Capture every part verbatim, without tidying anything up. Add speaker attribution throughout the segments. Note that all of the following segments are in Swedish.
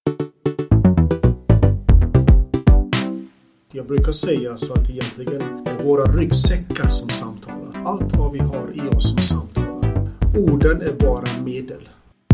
Speaker 1: Jag brukar säga så att egentligen är våra ryggsäckar som samtalar. Allt vad vi har i oss som samtalar. Orden är bara medel.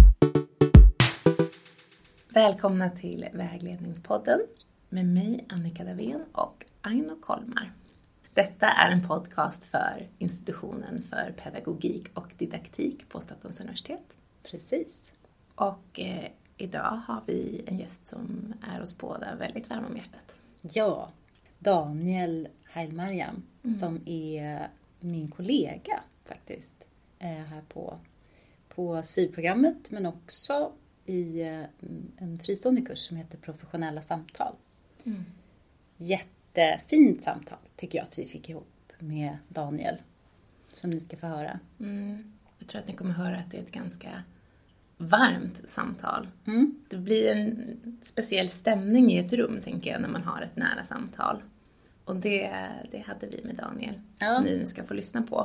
Speaker 2: Välkomna till Vägledningspodden med mig Annika Davén och Aino Kolmar. Detta är en podcast för institutionen för pedagogik och didaktik på Stockholms universitet.
Speaker 3: Precis.
Speaker 2: Och eh, idag har vi en gäst som är oss båda väldigt varm om hjärtat.
Speaker 3: Ja, Daniel Heilmariam mm. som är min kollega faktiskt här på, på S Y V-programmet, men också i en fristående kurs som heter Professionella samtal. Mm. Jättefint samtal tycker jag att vi fick ihop med Daniel, som ni ska få höra.
Speaker 2: Mm. Jag tror att ni kommer höra att det är ett ganska varmt samtal.
Speaker 3: Mm.
Speaker 2: Det blir en speciell stämning i ett rum, tänker jag, när man har ett nära samtal. Och det, det hade vi med Daniel, ja. Som ni nu ska få lyssna på.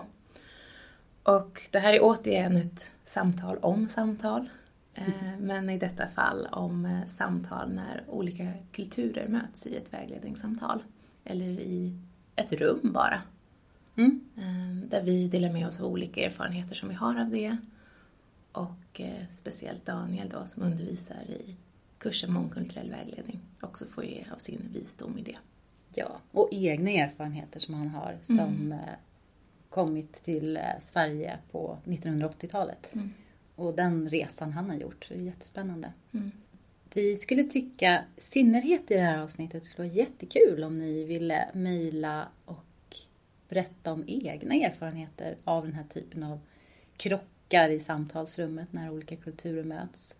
Speaker 2: Och det här är återigen ett samtal om samtal. Mm. Men i detta fall om samtal när olika kulturer möts i ett vägledningssamtal. Eller i ett rum bara.
Speaker 3: Mm.
Speaker 2: Där vi delar med oss av olika erfarenheter som vi har av det. Och eh, speciellt Daniel då, som undervisar i kursen mångkulturell vägledning, också får ge av sin visdom i det.
Speaker 3: Ja, och egna erfarenheter som han har som mm. eh, kommit till eh, Sverige på nittonhundraåttiotalet.
Speaker 2: Mm.
Speaker 3: Och den resan han har gjort, det är jättespännande.
Speaker 2: Mm.
Speaker 3: Vi skulle tycka, i synnerhet i det här avsnittet, skulle vara jättekul om ni ville mejla och berätta om egna erfarenheter av den här typen av krock i samtalsrummet när olika kulturer möts.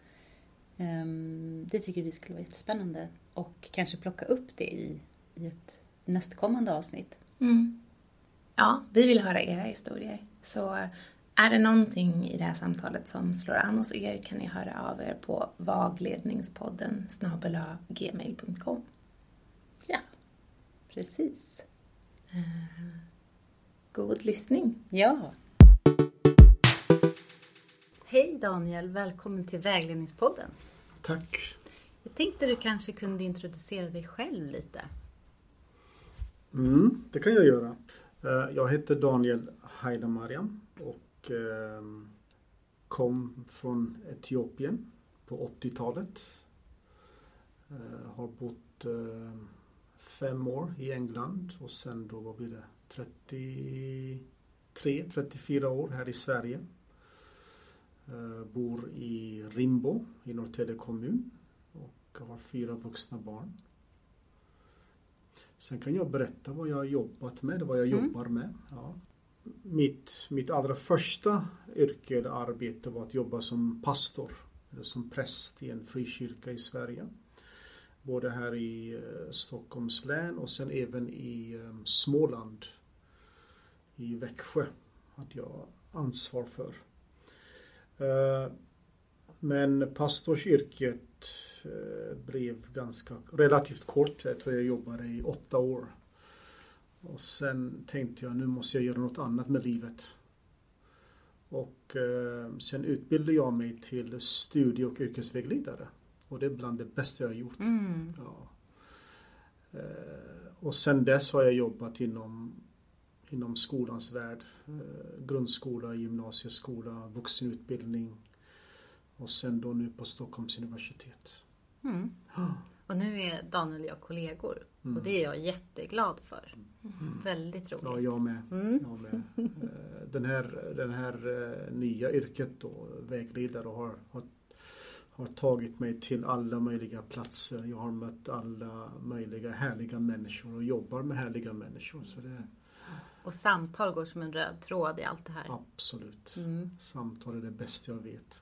Speaker 3: Det tycker vi skulle vara jättespännande. Och kanske plocka upp det i, i ett nästkommande avsnitt.
Speaker 2: Mm. Ja, vi vill höra era historier. Så är det någonting i det här samtalet som slår an hos er, kan ni höra av er på vagledningspodden snabel-a gmail punkt com.
Speaker 3: Ja, precis.
Speaker 2: Uh, god lyssning.
Speaker 3: Ja. Hej Daniel, välkommen till Vägledningspodden.
Speaker 1: Tack.
Speaker 3: Jag tänkte du kanske kunde introducera dig själv lite.
Speaker 1: Mm, det kan jag göra. Jag heter Daniel Heilmariam och kom från Etiopien på åttiotalet. Har bott fem år i England och sen då vad blir det trettiotre trettiofyra år här i Sverige. Uh, bor i Rimbo i Norrtälje kommun och har fyra vuxna barn. Sen kan jag berätta vad jag har jobbat med, vad jag mm. jobbar med. Ja. Mitt, mitt allra första yrke eller arbete var att jobba som pastor eller som präst i en frikyrka i Sverige. Både här i uh, Stockholms län och sen även i um, Småland i Växjö hade jag ansvar för. Men pastorsyrket blev ganska relativt kort. Jag tror jag jobbade i åtta år. Och sen tänkte jag, nu måste jag göra något annat med livet. Och sen utbildade jag mig till studie- och yrkesvägledare. Och det är bland det bästa jag har gjort.
Speaker 3: Mm.
Speaker 1: Ja. Och sen dess har jag jobbat inom inom skolans värld, grundskola, gymnasieskola, vuxenutbildning och sen då nu på Stockholms universitet.
Speaker 3: Mm. Och nu är Daniel och jag kollegor mm. och det är jag jätteglad för. Mm. Väldigt roligt.
Speaker 1: Ja, jag med.
Speaker 3: Mm.
Speaker 1: Jag med. Den här, den här nya yrket då, vägledare, har, har, har tagit mig till alla möjliga platser. Jag har mött alla möjliga härliga människor och jobbar med härliga människor. Så det
Speaker 3: Och samtal går som en röd tråd i allt det här.
Speaker 1: Absolut.
Speaker 3: Mm.
Speaker 1: Samtal är det bästa jag vet.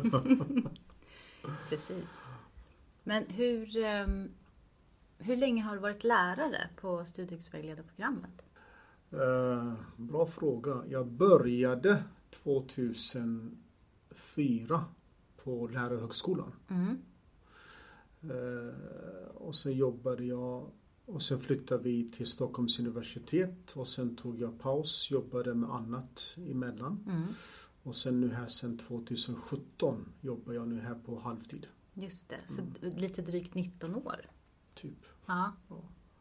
Speaker 3: Precis. Men hur, hur länge har du varit lärare på studievägledarprogrammet?
Speaker 1: Uh, bra fråga. Jag började tvåtusenfyra på Lärarhögskolan.
Speaker 3: Mm.
Speaker 1: Uh, och sen jobbade jag och sen flyttade vi till Stockholms universitet och sen tog jag paus, jobbade med annat emellan.
Speaker 3: Mm.
Speaker 1: Och sen nu här sen tjugosjutton jobbar jag nu här på halvtid.
Speaker 3: Just det, så mm. lite drygt nitton år.
Speaker 1: Typ.
Speaker 3: Ja.
Speaker 1: Ja.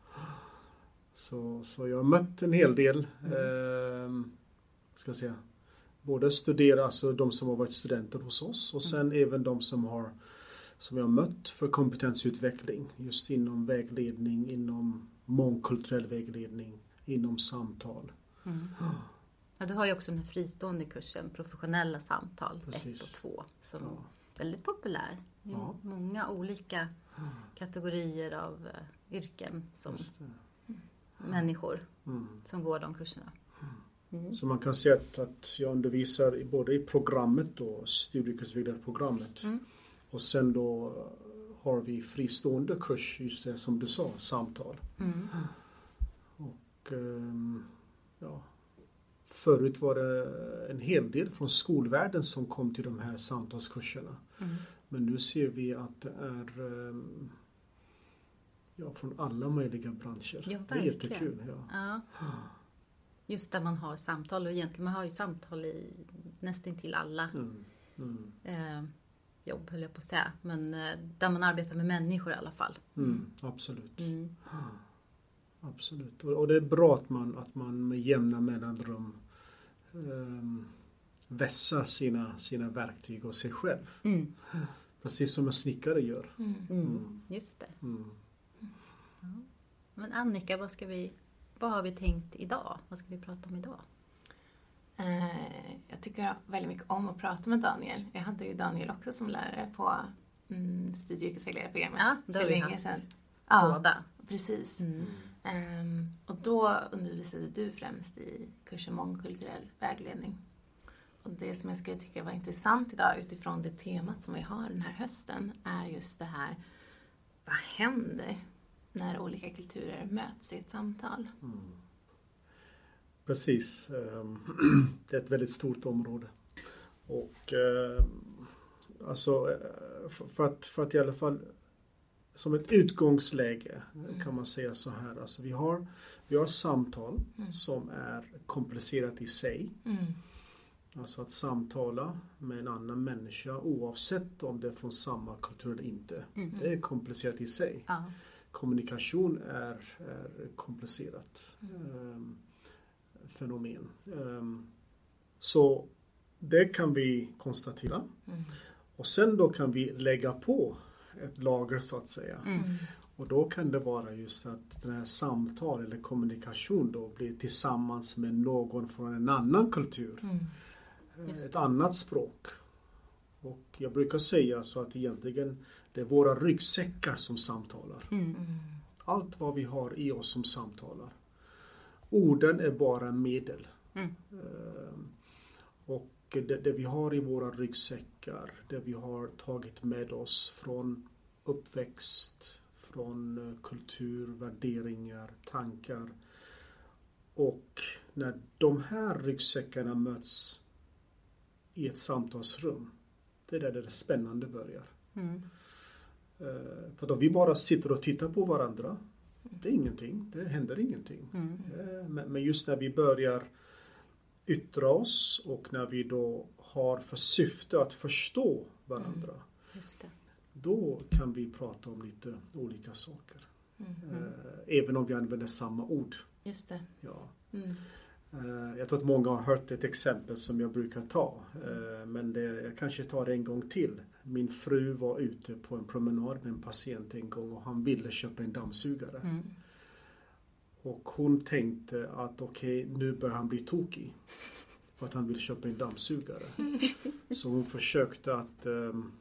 Speaker 1: Så, så jag har mött en hel del. Mm. Eh, ska jag säga. Både studera, alltså de som har varit studenter hos oss och sen mm. även de som har som jag har mött för kompetensutveckling. Just inom vägledning, inom mångkulturell vägledning, inom samtal.
Speaker 3: Mm. Ja, du har ju också den här fristående kursen, professionella samtal ett och två, som ja. är väldigt populär. Det är ja. många olika kategorier av uh, yrken som människor mm. som går de kurserna. Mm.
Speaker 1: Så man kan säga att, att jag undervisar i, både i programmet och studiekursvägledarprogrammet. Mm. Och sen då har vi fristående kurs, just det som du sa, samtal. Mm. Och um, ja, förut var det en hel del från skolvärlden som kom till de här samtalskurserna. Mm. Men nu ser vi att det är um, ja, från alla möjliga branscher.
Speaker 3: Ja,
Speaker 1: det är jättekul. Ja.
Speaker 3: Ja. Just där man har samtal, och egentligen man har ju samtal i nästan till alla mm. Mm. Eh, jobb, höll jag på att säga. Men eh, där man arbetar med människor i alla fall.
Speaker 1: Mm, absolut. Mm. Absolut. Och, och det är bra att man, att man med jämna mellanrum eh, vässar sina, sina verktyg och sig själv. Mm. Precis som en snickare gör.
Speaker 3: Mm. Mm. Just det. Mm. Ja. Men Annika, vad ska vi... Vad har vi tänkt idag? Vad ska vi prata om idag?
Speaker 2: Uh, jag tycker väldigt mycket om att prata med Daniel. Jag hade ju Daniel också som lärare på mm, studie- och yrkesvägledarprogrammet.
Speaker 3: Ja, det har vi
Speaker 2: länge
Speaker 3: haft
Speaker 2: sedan.
Speaker 3: Båda.
Speaker 2: Ja, precis. Mm. Um, och då undervisade du främst i kursen mångkulturell vägledning. Och det som jag skulle tycka var intressant idag utifrån det temat som vi har den här hösten är just det här, vad händer när olika kulturer möts i ett samtal? Mm.
Speaker 1: Precis. Det är ett väldigt stort område. Och alltså för att, för att i alla fall som ett utgångsläge mm. kan man säga så här. Alltså vi har, vi har samtal mm. som är komplicerat i sig. Mm. Alltså att samtala med en annan människa oavsett om det är från samma kultur eller inte. Mm. Det är komplicerat i sig. Ja. Kommunikation är, är komplicerat mm. um, fenomen. Um, så det kan vi konstatera. Mm. Och sen då kan vi lägga på ett lager så att säga. Mm. Och då kan det vara just att den här samtal eller kommunikation då blir tillsammans med någon från en annan kultur. Mm. Ett annat språk. Och jag brukar säga så att egentligen det är våra ryggsäckar som samtalar. Mm. Allt vad vi har i oss som samtalar. Orden är bara medel. Mm. Och det, det vi har i våra ryggsäckar, det vi har tagit med oss från uppväxt, från kultur, värderingar, tankar. Och när de här ryggsäckarna möts i ett samtalsrum, det är där det spännande börjar. Mm. För att om vi bara sitter och tittar på varandra, det är ingenting, det händer ingenting. Mm. Men just när vi börjar yttra oss och när vi då har för syfte att förstå varandra, mm. Just det. Då kan vi prata om lite olika saker. Mm. Även om vi använder samma ord.
Speaker 2: Just det.
Speaker 1: Ja. Mm. Jag tror att många har hört ett exempel som jag brukar ta. Men det, jag kanske tar det en gång till. Min fru var ute på en promenad med en patient en gång och han ville köpa en dammsugare. Mm. Och hon tänkte att okej, okay, nu börjar han bli tokig. För att han vill köpa en dammsugare. Så hon försökte att um,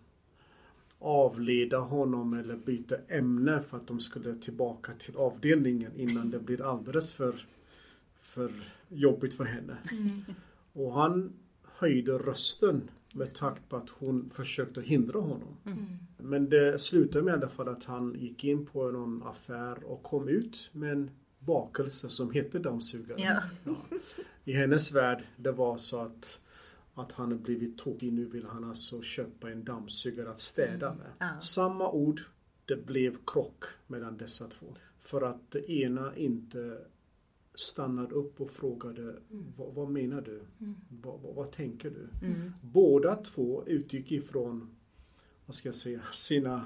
Speaker 1: avleda honom eller byta ämne för att de skulle tillbaka till avdelningen innan det blir alldeles för, för jobbigt för henne. Mm. Och han höjde rösten med takt på att hon försökte hindra honom. Mm. Men det slutade med i alla fall att han gick in på någon affär och kom ut med en bakelse som heter dammsugare. Ja. Ja. I hennes värld det var så att, att han hade blivit tokig. Nu vill han alltså köpa en dammsugare att städa med. Mm. Ja. Samma ord, det blev krock mellan dessa två. För att det ena inte stannade upp och frågade mm. vad, vad menar du? Mm. Vad, vad, vad tänker du? Mm. Båda två utgick ifrån vad ska jag säga, sina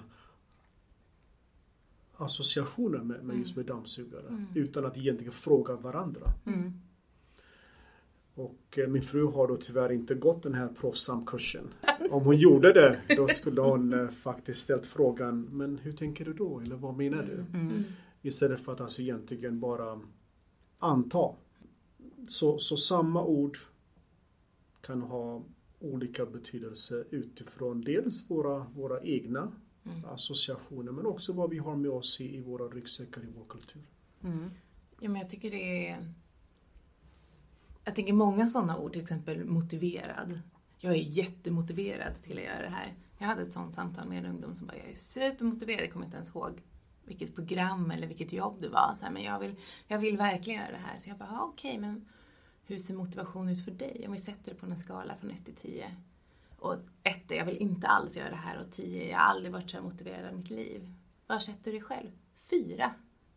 Speaker 1: associationer med, med just med dammsugare. Mm. Utan att egentligen fråga varandra. Mm. Och min fru har då tyvärr inte gått den här proffsamkursen. Om hon gjorde det, då skulle hon faktiskt ställt frågan, men hur tänker du då? Eller vad menar du? Mm. Istället för att alltså egentligen bara anta. Så, så samma ord kan ha olika betydelse utifrån dels våra, våra egna mm. associationer, men också vad vi har med oss i, i våra ryggsäckar i vår kultur.
Speaker 2: Mm. Ja, men jag tycker det är... Jag tänker många sådana ord, till exempel motiverad. Jag är jättemotiverad till att göra det här. Jag hade ett sådant samtal med en ungdom som bara, jag är supermotiverad, jag kommer inte ens ihåg vilket program eller vilket jobb det var. Så här, men jag vill, jag vill verkligen göra det här. Så jag bara, okej, okay, men hur ser motivation ut för dig? Om vi sätter det på en skala från ett till tio. Och ett är, jag vill inte alls göra det här. Och tio, jag har aldrig varit så här motiverad i mitt liv. Vad sätter du dig själv? Fyra.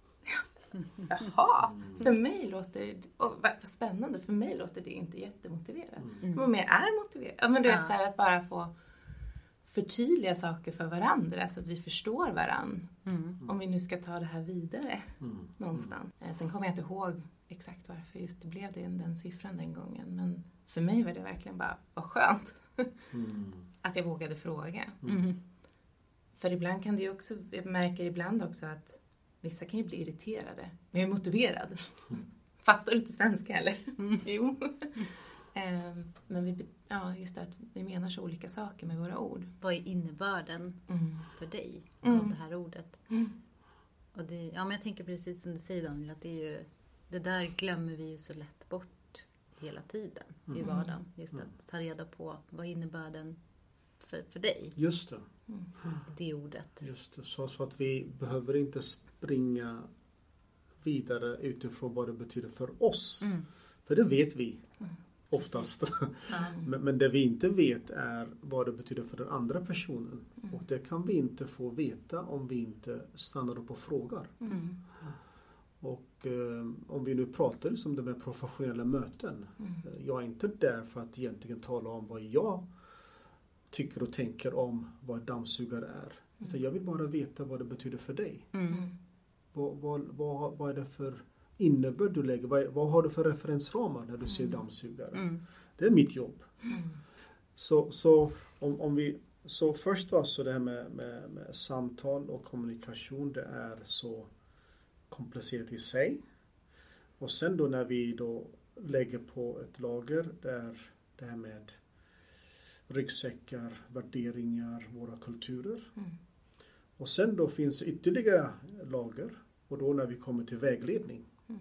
Speaker 2: Jaha, för mig låter det, och vad spännande, för mig låter det inte jättemotiverat. Mm. Men mer är motiverat. Ja, men du vet, så här, att bara få förtydliga saker för varandra så att vi förstår varandra. Mm. Om vi nu ska ta det här vidare mm. någonstans. Mm. Sen kommer jag inte ihåg exakt varför just det blev det, den siffran den gången. Men för mig var det verkligen bara, vad skönt mm. att jag vågade fråga. Mm. För ibland kan det ju också, jag märker ibland också att vissa kan ju bli irriterade. Men jag är motiverad. Mm. Fattar du inte svenska eller? Mm. Jo. um, men vi, ja, just det att vi menar så olika saker med våra ord.
Speaker 3: Vad är innebörden mm. för dig
Speaker 2: mm.
Speaker 3: av det här ordet? Mm. Och det, ja, men jag tänker precis som du säger, Daniel, att det är ju, det där glömmer vi ju så lätt bort hela tiden mm. i vardagen. Just att ta reda på vad innebär den för, för dig.
Speaker 1: Just det.
Speaker 3: Mm. Det ordet.
Speaker 1: Just det, så, så att vi behöver inte springa vidare utifrån vad det betyder för oss. Mm. För det vet vi mm. oftast. Mm. men, men det vi inte vet är vad det betyder för den andra personen. Mm. Och det kan vi inte få veta om vi inte stannar upp och frågar. Mm. Och eh, om vi nu pratar liksom det med professionella möten. Mm. Jag är inte där för att egentligen tala om vad jag tycker och tänker om vad dammsugare är. Mm. Utan jag vill bara veta vad det betyder för dig. Mm. Vad, vad, vad, vad är det för innebörd du lägger? Vad, vad har du för referensramar när du ser mm. dammsugare? Mm. Det är mitt jobb. Mm. Så, så, om, om vi, så först då, så det här med, med, med samtal och kommunikation, det är så komplicerat i sig. Och sen då när vi då lägger på ett lager där det här med ryggsäckar, värderingar, våra kulturer. Mm. Och sen då finns ytterligare lager. Och då när vi kommer till vägledning. Mm.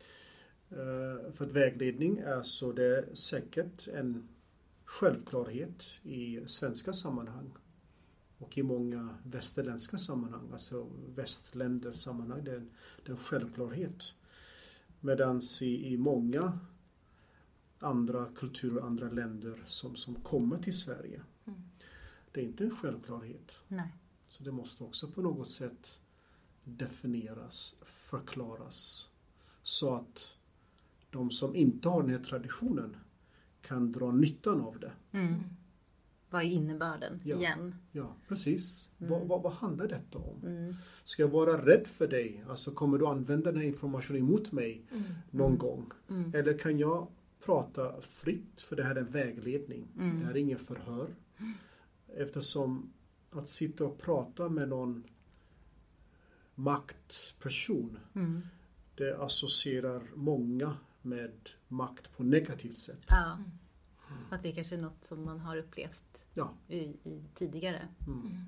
Speaker 1: Uh, för att vägledning är så det är säkert en självklarhet i svenska sammanhang. Och i många västerländska sammanhang. Alltså västländer sammanhang. Det är en, det är en självklarhet. Medan i, i många andra kulturer, andra länder som, som kommer till Sverige. Mm. Det är inte en självklarhet.
Speaker 3: Nej.
Speaker 1: Så det måste också på något sätt definieras, förklaras. Så att de som inte har den här traditionen kan dra nyttan av det.
Speaker 3: Mm. Vad är innebörden
Speaker 1: ja.
Speaker 3: igen?
Speaker 1: Ja, precis.
Speaker 3: Mm.
Speaker 1: Vad, vad, vad handlar detta om?
Speaker 3: Mm.
Speaker 1: Ska jag vara rädd för dig? Alltså kommer du använda den här informationen emot mig mm. någon
Speaker 3: mm.
Speaker 1: gång?
Speaker 3: Mm.
Speaker 1: Eller kan jag prata fritt, för det här är en vägledning. Mm. Det här är ingen förhör. Mm. Eftersom att sitta och prata med någon maktperson, mm. det associerar många med makt på negativt sätt.
Speaker 3: Ja. Mm. Att det kanske är något som man har upplevt
Speaker 1: ja.
Speaker 3: i, i tidigare.
Speaker 1: Mm. Mm.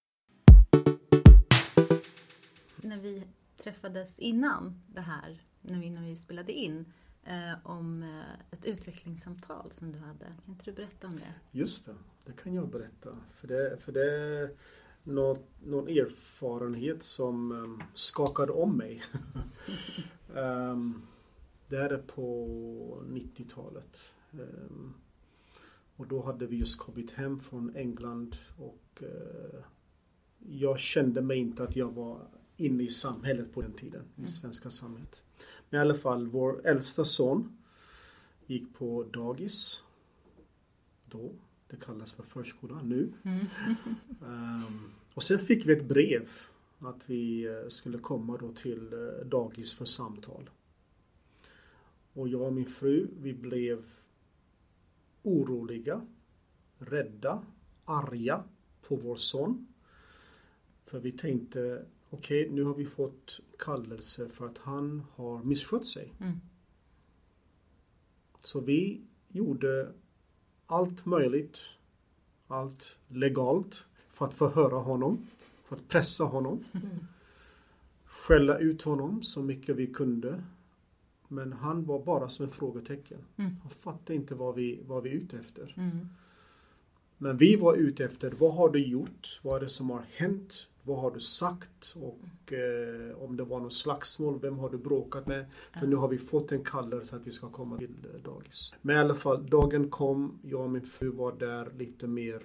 Speaker 3: När vi träffades innan det här, när vi, innan vi spelade in, Eh, om eh, ett utvecklingssamtal som du hade. Kan inte du berätta om det?
Speaker 1: Just det, det kan jag berätta. För det, för det är något, någon erfarenhet som um, skakade om mig. um, det är på nittiotalet. Um, och då hade vi just kommit hem från England och uh, jag kände mig inte att jag var inne i samhället på den tiden, i mm. svenska samhället. Men i alla fall, vår äldsta son gick på dagis då. Det kallas för förskola nu.
Speaker 3: Mm.
Speaker 1: um, och sen fick vi ett brev att vi skulle komma då till dagis för samtal. Och jag och min fru, vi blev oroliga, rädda, arga på vår son. För vi tänkte, okej, okay, nu har vi fått kallelse för att han har misskött sig.
Speaker 3: Mm.
Speaker 1: Så vi gjorde allt möjligt, allt legalt för att förhöra honom, för att pressa honom.
Speaker 3: Mm.
Speaker 1: Skälla ut honom så mycket vi kunde. Men han var bara som en frågetecken.
Speaker 3: Mm.
Speaker 1: Han fattade inte vad vi vad vi är ute efter.
Speaker 3: Mm.
Speaker 1: Men vi var ute efter, vad har du gjort? Vad är det som har hänt? Vad har du sagt? Och eh, om det var någon slagsmål, vem har du bråkat med? För mm. nu har vi fått en kallelse att vi ska komma till eh, dagis. Men i alla fall, dagen kom, jag och min fru var där lite mer...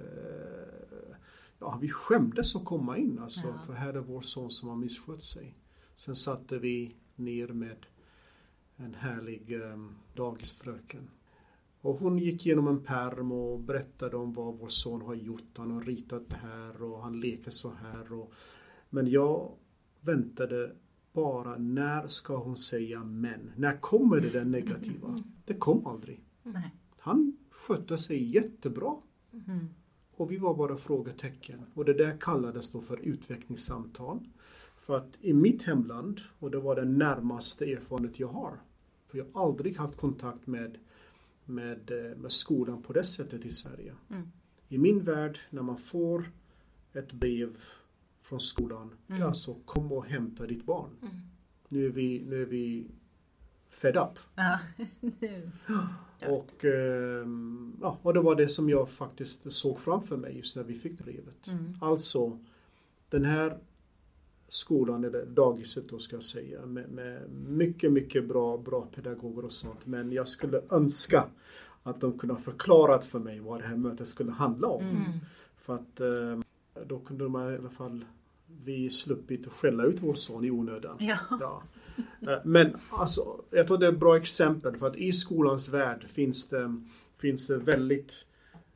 Speaker 1: Eh, ja, vi skämdes att komma in. Alltså,
Speaker 3: ja.
Speaker 1: För här är vår son som har misskött sig. Sen satte vi ner med en härlig eh, dagisfröken. Och hon gick igenom en pärm och berättade om vad vår son har gjort. Han har ritat det här och han leker så här. Och... Men jag väntade bara, när ska hon säga men? När kommer det där negativa? Det kom aldrig.
Speaker 3: Nej.
Speaker 1: Han skötte sig jättebra.
Speaker 3: Mm.
Speaker 1: Och vi var bara frågetecken. Och det där kallades då för utvecklingssamtal. För att i mitt hemland, och det var den närmaste erfarenhet jag har. För jag har aldrig haft kontakt med Med, med skolan på det sättet i Sverige.
Speaker 3: Mm.
Speaker 1: I min värld, när man får ett brev från skolan, mm. det är alltså kom och hämta ditt barn.
Speaker 3: Mm.
Speaker 1: Nu är vi, nu är vi fed up.
Speaker 3: Ja.
Speaker 1: och, ja, och det var det som jag faktiskt såg framför mig just när vi fick brevet.
Speaker 3: Mm.
Speaker 1: Alltså, den här skolan, eller dagiset då ska jag säga, med, med mycket, mycket bra, bra pedagoger och sånt. Men jag skulle önska att de kunde ha förklarat för mig vad det här mötet skulle handla om.
Speaker 3: Mm.
Speaker 1: För att då kunde man i alla fall vi sluppit skälla ut vår son i onödan.
Speaker 3: Ja.
Speaker 1: Ja. Men alltså, jag tror det är ett bra exempel, för att i skolans värld finns det, finns det väldigt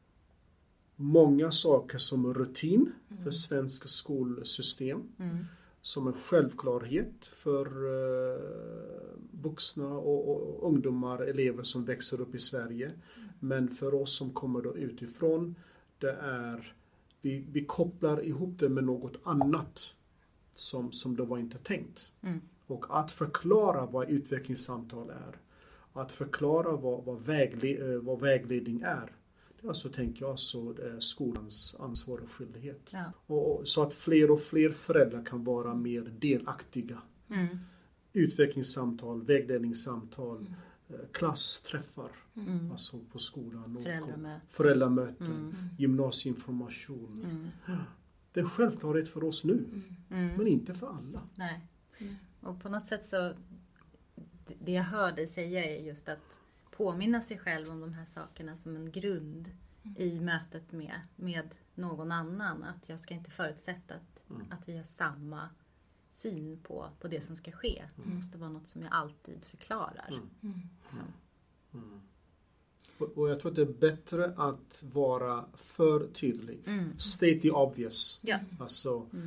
Speaker 1: många saker som rutin mm. för svensk skolsystem.
Speaker 3: Mm.
Speaker 1: Som en självklarhet för uh, vuxna och, och ungdomar, elever som växer upp i Sverige. Mm. Men för oss som kommer då utifrån, det är vi, vi kopplar ihop det med något annat som, som det var inte tänkt.
Speaker 3: Mm.
Speaker 1: Och att förklara vad utvecklingssamtal är, att förklara vad, vad, vägle, vad vägledning är, alltså tänker jag så det är skolans ansvar och skyldighet.
Speaker 3: Ja.
Speaker 1: Och, så att fler och fler föräldrar kan vara mer delaktiga.
Speaker 3: Mm.
Speaker 1: Utvecklingssamtal, vägledningssamtal, mm. klassträffar,
Speaker 3: mm.
Speaker 1: alltså på skolan. Och
Speaker 3: Föräldramöten.
Speaker 1: Föräldramöten,
Speaker 3: mm.
Speaker 1: gymnasieinformation.
Speaker 3: Mm.
Speaker 1: Det är självklarhet för oss nu,
Speaker 3: mm.
Speaker 1: men inte för alla.
Speaker 3: Nej. Mm. Och på något sätt så, det jag hör dig säga är just att påminna sig själv om de här sakerna som en grund mm. i mötet med, med någon annan. Att jag ska inte förutsätta att, mm. att vi har samma syn på, på det som ska ske. Mm. Det måste vara något som jag alltid förklarar.
Speaker 1: Mm.
Speaker 3: Mm. Så.
Speaker 1: Mm. Och, och jag tror att det är bättre att vara för tydlig.
Speaker 3: Mm.
Speaker 1: State the obvious.
Speaker 3: Ja.
Speaker 1: Alltså,
Speaker 3: mm.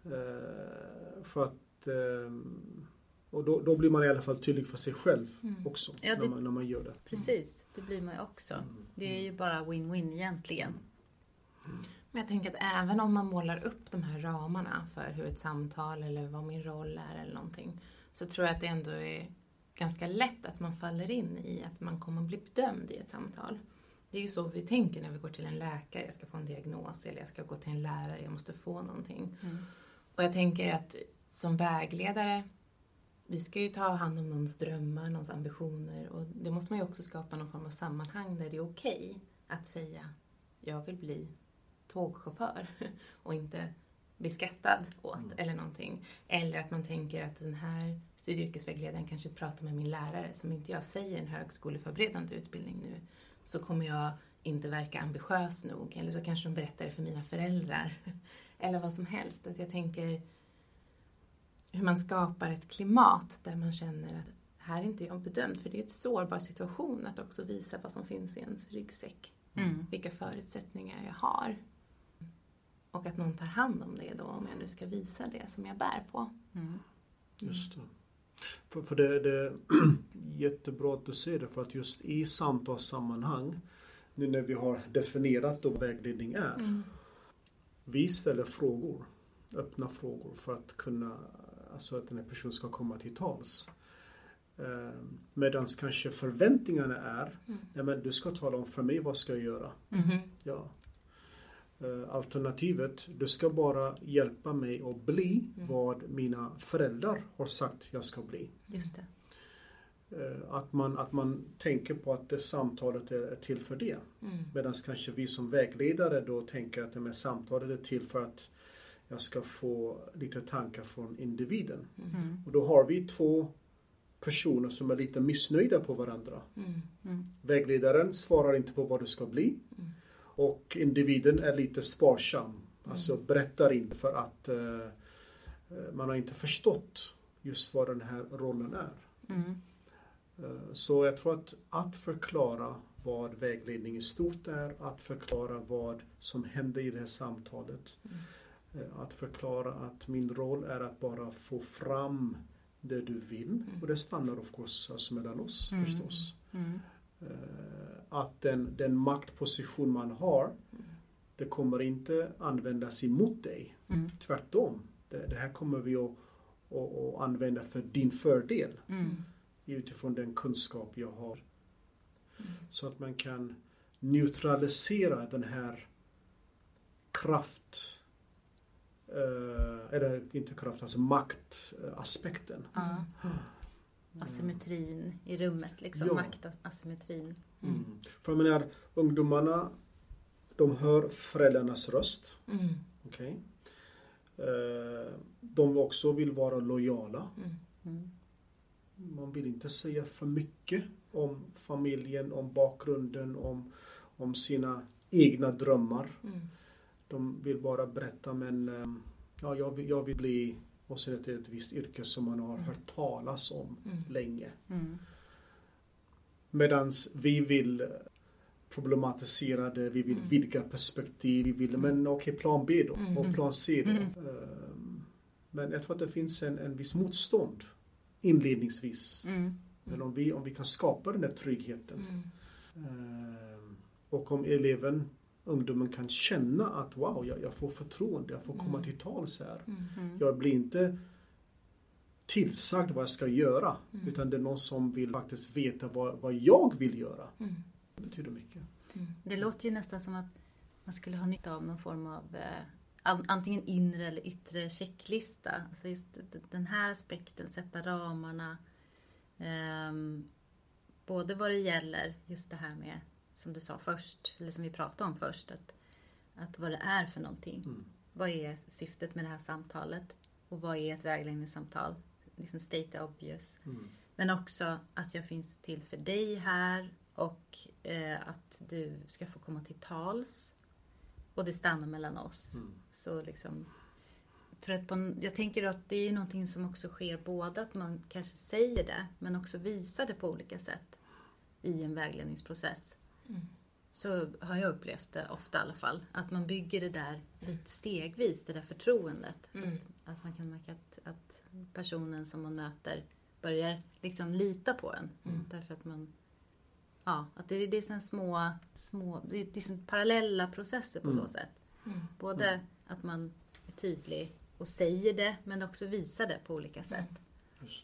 Speaker 1: eh, för att eh, och då, då blir man i alla fall tydlig för sig själv mm. också,
Speaker 3: ja, det,
Speaker 1: när, man, när man gör det.
Speaker 3: Precis, det blir man ju också. Mm. Det är ju bara win-win egentligen.
Speaker 2: Mm. Men jag tänker att även om man målar upp de här ramarna för hur ett samtal eller vad min roll är eller någonting, så tror jag att det ändå är ganska lätt att man faller in i att man kommer bli bedömd i ett samtal. Det är ju så vi tänker när vi går till en läkare, jag ska få en diagnos, eller jag ska gå till en lärare, jag måste få någonting. Mm. Och jag tänker att som vägledare, vi ska ju ta hand om någons drömmar, någons ambitioner, och det måste man ju också skapa någon form av sammanhang där det är okej att säga jag vill bli tågchaufför och inte bli skattad åt mm. eller någonting. Eller att man tänker att den här studie- och yrkesvägledaren kanske pratar med min lärare, som inte jag säger en högskoleförberedande utbildning nu, så kommer jag inte verka ambitiös nog. Eller så kanske de berättar det för mina föräldrar. Eller vad som helst. Att jag tänker hur man skapar ett klimat där man känner att här är inte jag bedömd. För det är ett sårbar situation att också visa vad som finns i ens ryggsäck. Mm. Vilka förutsättningar jag har. Och att någon tar hand om det då, om jag nu ska visa det som jag bär på.
Speaker 3: Mm.
Speaker 1: Just det. För, för det, det är jättebra att du säger det, för att just i samtalssammanhang, nu när vi har definierat vad vägledning är, mm. vi ställer frågor, öppna frågor för att kunna, alltså att den här personen ska komma till tals. Eh, Medan kanske förväntningarna är, mm. nej men du ska tala om för mig vad ska jag göra.
Speaker 2: Mm.
Speaker 1: Ja. Alternativet, du ska bara hjälpa mig att bli mm. vad mina föräldrar har sagt jag ska bli.
Speaker 2: Just
Speaker 1: det. Att man, att man tänker på att det samtalet är till för det. Mm. Medan kanske vi som vägledare då tänker att det med samtalet är till för att jag ska få lite tankar från individen. Mm. Och då har vi två personer som är lite missnöjda på varandra. Mm. Mm. Vägledaren svarar inte på vad du ska bli. Mm. Och individen är lite sparsam. Mm. Alltså berättar inte för att uh, man har inte förstått just vad den här rollen är.
Speaker 3: Mm.
Speaker 1: Uh, så jag tror att att förklara vad vägledning i stort är. Att förklara vad som händer i det här samtalet. Mm. Uh, att förklara att min roll är att bara få fram det du vill. Mm. Och det stannar of course alltså mellan oss mm. förstås.
Speaker 3: Mm.
Speaker 1: Att den, den maktposition man har, mm. det kommer inte användas emot dig.
Speaker 3: Mm.
Speaker 1: Tvärtom. Det, det här kommer vi att, att, att använda för din fördel.
Speaker 3: Mm.
Speaker 1: Utifrån den kunskap jag har. Mm. Så att man kan neutralisera den här kraft, eh, eller inte kraft, alltså maktaspekten.
Speaker 3: Mm. Asymmetrin i rummet, liksom. Ja. Maktasymmetrin.
Speaker 1: Mm. Mm. För jag menar, ungdomarna, de hör föräldrarnas röst.
Speaker 2: Mm.
Speaker 1: Okay. De också vill vara lojala.
Speaker 2: Mm.
Speaker 3: Mm.
Speaker 1: Man vill inte säga för mycket om familjen, om bakgrunden, om, om sina egna drömmar.
Speaker 2: Mm.
Speaker 1: De vill bara berätta, men ja, jag vill, jag vill bli, och så är det ett visst yrke som man har hört talas om
Speaker 2: mm.
Speaker 1: länge.
Speaker 3: Mm.
Speaker 1: Medans vi vill problematisera det, vi vill
Speaker 2: mm.
Speaker 1: vidga perspektiv, vi vill, men okej, okay, plan B då,
Speaker 2: mm.
Speaker 1: och plan C då.
Speaker 3: Mm.
Speaker 1: Men jag tror att det finns en, en viss motstånd inledningsvis.
Speaker 3: Mm.
Speaker 1: Men om vi, om vi kan skapa den där tryggheten
Speaker 2: mm.
Speaker 1: och om eleven, ungdomen kan känna att wow, jag, jag får förtroende, jag får komma
Speaker 2: mm.
Speaker 1: till tals här.
Speaker 2: Mm.
Speaker 1: Jag blir inte tillsagd vad jag ska göra,
Speaker 2: mm.
Speaker 1: utan det är någon som vill faktiskt veta vad, vad jag vill göra.
Speaker 2: Mm.
Speaker 1: Det betyder mycket.
Speaker 3: Mm. Det låter ju nästan som att man skulle ha nytta av någon form av eh, antingen inre eller yttre checklista. Alltså just den här aspekten, sätta ramarna. Eh, både vad det gäller just det här med, som du sa först, eller som vi pratade om först, att, att vad det är för någonting.
Speaker 1: Mm.
Speaker 3: Vad är syftet med det här samtalet? Och vad är ett vägledningssamtal? Liksom state obvious.
Speaker 1: Mm.
Speaker 3: Men också att jag finns till för dig här. Och eh, att du ska få komma till tals. Och det stannar mellan oss.
Speaker 1: Mm.
Speaker 3: Så liksom, för att på, jag tänker att det är någonting som också sker både att man kanske säger det. Men också visar det på olika sätt. I en vägledningsprocess.
Speaker 2: Mm.
Speaker 3: Så har jag upplevt det ofta i alla fall. Att man bygger det där lite stegvis. Det där förtroendet.
Speaker 2: Mm.
Speaker 3: Att, att man kan märka att, att personen som man möter börjar liksom lita på en.
Speaker 2: Mm.
Speaker 3: Därför att man... Ja, att det, det är såna små, små det är, det är såna parallella processer på
Speaker 1: mm.
Speaker 3: så sätt.
Speaker 2: Mm.
Speaker 3: Både
Speaker 1: mm.
Speaker 3: att man är tydlig och säger det, men också visar det på olika sätt.
Speaker 1: Mm. Just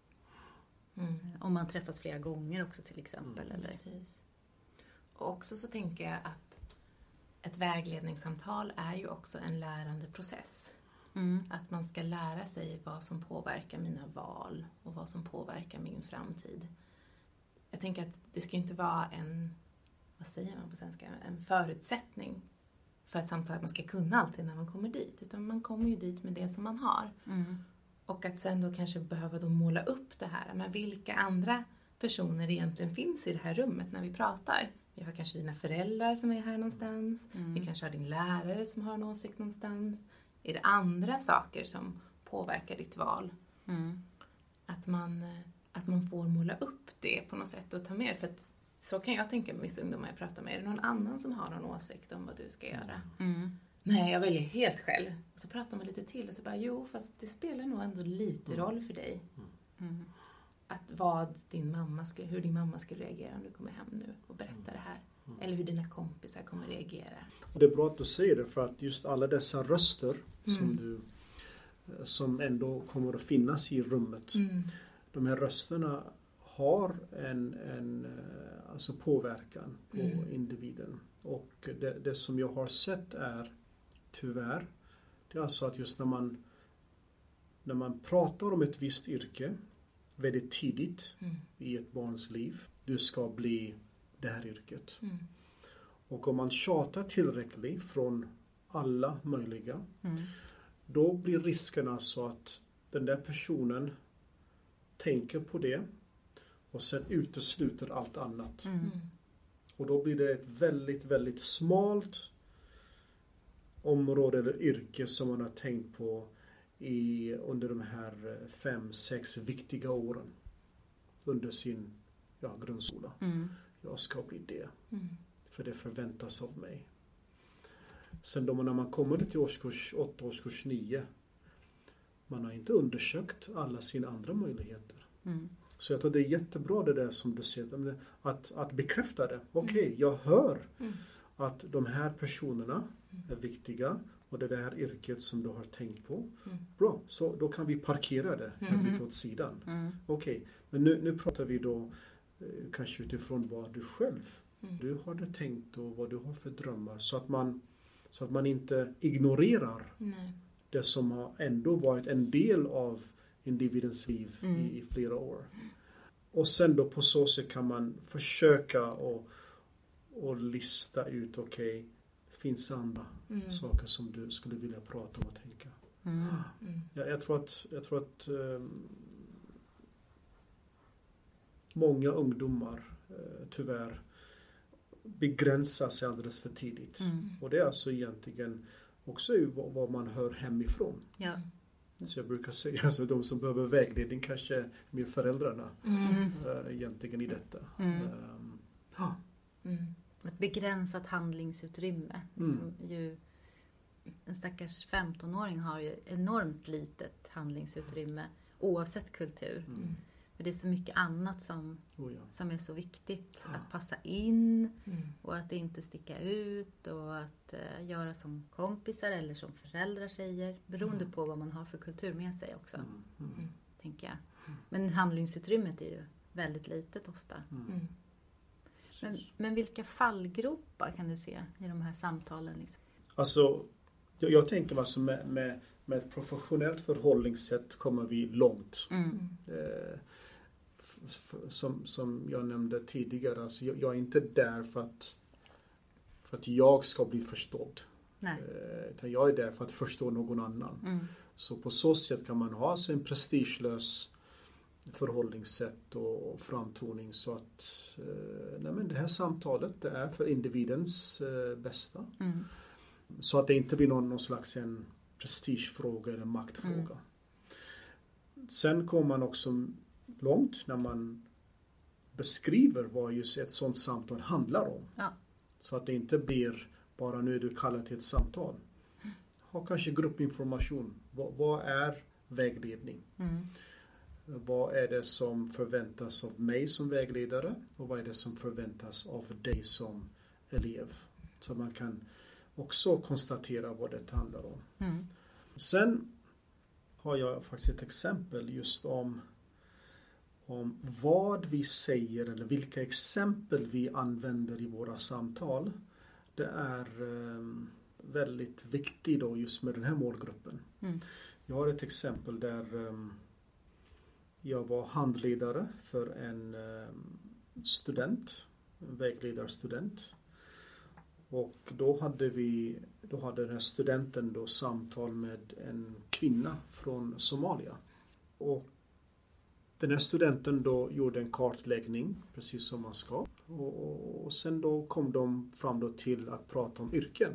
Speaker 1: det.
Speaker 2: Mm.
Speaker 3: Om man träffas flera gånger också till exempel.
Speaker 2: Mm.
Speaker 3: Eller?
Speaker 2: Precis. Och också så tänker jag att ett vägledningssamtal är ju också en lärande process.
Speaker 3: Mm.
Speaker 2: Att man ska lära sig vad som påverkar mina val och vad som påverkar min framtid. Jag tänker att det ska inte vara en, vad säger man på svenska, en förutsättning för ett samtal att man ska kunna alltid när man kommer dit. Utan man kommer ju dit med det som man har.
Speaker 3: Mm.
Speaker 2: Och att sen då kanske behöva då måla upp det här. Men vilka andra personer egentligen finns i det här rummet när vi pratar? Vi har kanske dina föräldrar som är här någonstans.
Speaker 3: Mm.
Speaker 2: Vi kanske har din lärare som har en åsikt någonstans. Är det andra saker som påverkar ditt val?
Speaker 3: Mm.
Speaker 2: Att man... att man får måla upp det på något sätt och ta med. För att Så kan jag tänka med vissa ungdomar jag pratar med. Är det någon annan som har någon åsikt om vad du ska göra?
Speaker 3: Mm.
Speaker 2: Nej, jag väljer helt själv. Och så pratar man lite till och så bara, jo, fast det spelar nog ändå lite roll för dig.
Speaker 3: Mm.
Speaker 2: Att vad din mamma skulle, hur din mamma skulle reagera om du kommer hem nu och berättar det här. Mm. Eller hur dina kompisar kommer reagera.
Speaker 1: Och det är bra att du säger det, för att just alla dessa röster mm. som, du, som ändå kommer att finnas i rummet. Mm. De här rösterna har en, en alltså påverkan på mm. individen. Och det, det som jag har sett är, tyvärr, det är alltså att just när man, när man pratar om ett visst yrke väldigt tidigt mm. i ett barns liv, du ska bli det här yrket. Mm. Och om man tjatar tillräckligt från alla möjliga, mm. då blir riskerna så att den där personen tänker på det och sen utesluter allt annat. Mm. Och då blir det ett väldigt, väldigt smalt område eller yrke som man har tänkt på i, under de här fem, sex viktiga åren under sin ja, grundskola. Mm. Jag ska bli det. Mm. För det förväntas av mig. Sen då när man kommer till årskurs åtta, årskurs nio, man har inte undersökt alla sina andra möjligheter. Mm. Så jag tror det är jättebra det där som du säger, att, att bekräfta det. Okej, okay, mm. jag hör mm. att de här personerna är viktiga och det är det här yrket som du har tänkt på. Mm. Bra, så då kan vi parkera det mm. lite åt sidan. Mm. Okej, okay, men nu, nu pratar vi då eh, kanske utifrån vad du själv mm. du hade tänkt och vad du har för drömmar. Så att man, så att man inte ignorerar Nej. det som har ändå varit en del av individens liv mm. i, i flera år. Och sen då på så sätt kan man försöka och, och lista ut, okej, okay, finns det andra mm. saker som du skulle vilja prata om och tänka. Mm. Mm. Ja, jag tror att, jag tror att um, många ungdomar uh, tyvärr begränsar sig alldeles för tidigt. Mm. Och det är alltså egentligen också vad, vad man hör hemifrån. Ja. Så jag brukar säga, alltså de som behöver vägledning kanske är med föräldrarna mm. äh, egentligen i detta. Mm. Um,
Speaker 3: ja. mm. Ett begränsat handlingsutrymme. Mm. Som ju, en stackars femtonåring har ju enormt litet handlingsutrymme oavsett kultur. Mm. För det är så mycket annat som, oh ja. som är så viktigt. Ja. Att passa in mm. och att inte sticka ut och att uh, göra som kompisar eller som föräldrar säger. Beroende mm. på vad man har för kultur med sig också. Mm. Mm. Tänker jag. Men handlingsutrymmet är ju väldigt litet ofta. Mm. Men, men vilka fallgropar kan du se i de här samtalen? Liksom?
Speaker 1: Alltså, jag, jag tänker alltså med, med, med ett professionellt förhållningssätt kommer vi långt. Mm. Eh, Som, som jag nämnde tidigare, alltså jag, jag är inte där för att, för att jag ska bli förstådd. Nej. Utan jag är där för att förstå någon annan. Mm. Så på så sätt kan man ha alltså en prestigelös förhållningssätt och framtoning så att nej men det här samtalet det är för individens bästa. Mm. Så att det inte blir någon, någon slags en prestigefråga eller maktfråga. Mm. Sen kommer man också långt när man beskriver vad just ett sådant samtal handlar om. Ja. Så att det inte blir bara nu du kallar till ett samtal. Ha kanske gruppinformation. Vad, vad är vägledning? Mm. Vad är det som förväntas av mig som vägledare? Och vad är det som förväntas av dig som elev? Så man kan också konstatera vad det handlar om. Mm. Sen har jag faktiskt ett exempel just om om vad vi säger eller vilka exempel vi använder i våra samtal. Det är um, väldigt viktigt då just med den här målgruppen. Mm. Jag har ett exempel där um, jag var handledare för en um, student, en vägledarstudent. Och då hade vi, då hade den här studenten då samtal med en kvinna från Somalia. Och den här studenten då gjorde en kartläggning, precis som man ska. Och, och sen då kom de fram då till att prata om yrken.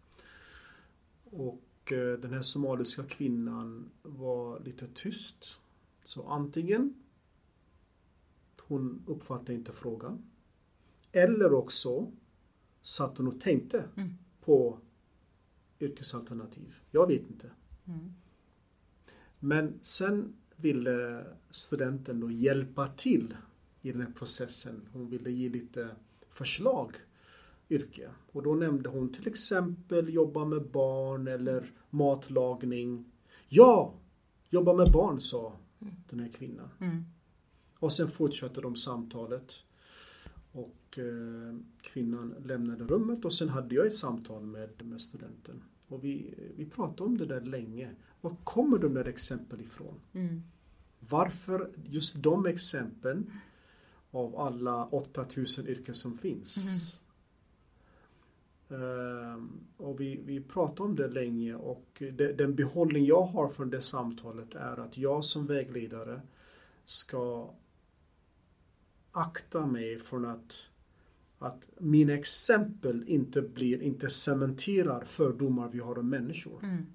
Speaker 1: Och eh, den här somaliska kvinnan var lite tyst. Så antingen hon uppfattade inte frågan. Eller också satt hon och tänkte mm. på yrkesalternativ. Jag vet inte. Mm. Men sen ville studenten då hjälpa till i den här processen. Hon ville ge lite förslag, yrke. Och då nämnde hon till exempel jobba med barn eller matlagning. Ja, jobba med barn, sa mm. den här kvinnan. Mm. Och sen fortsatte de samtalet. Och eh, kvinnan lämnade rummet och sen hade jag ett samtal med, med studenten. Och vi, vi pratade om det där länge. Var kommer de där exempel ifrån? Mm. Varför just de exemplen av alla åtta tusen yrken som finns? Mm. Uh, och vi, vi pratade om det länge och det, den behållning jag har från det samtalet är att jag som vägledare ska akta mig från att att mina exempel inte blir, inte cementerar fördomar vi har om människor. Mm.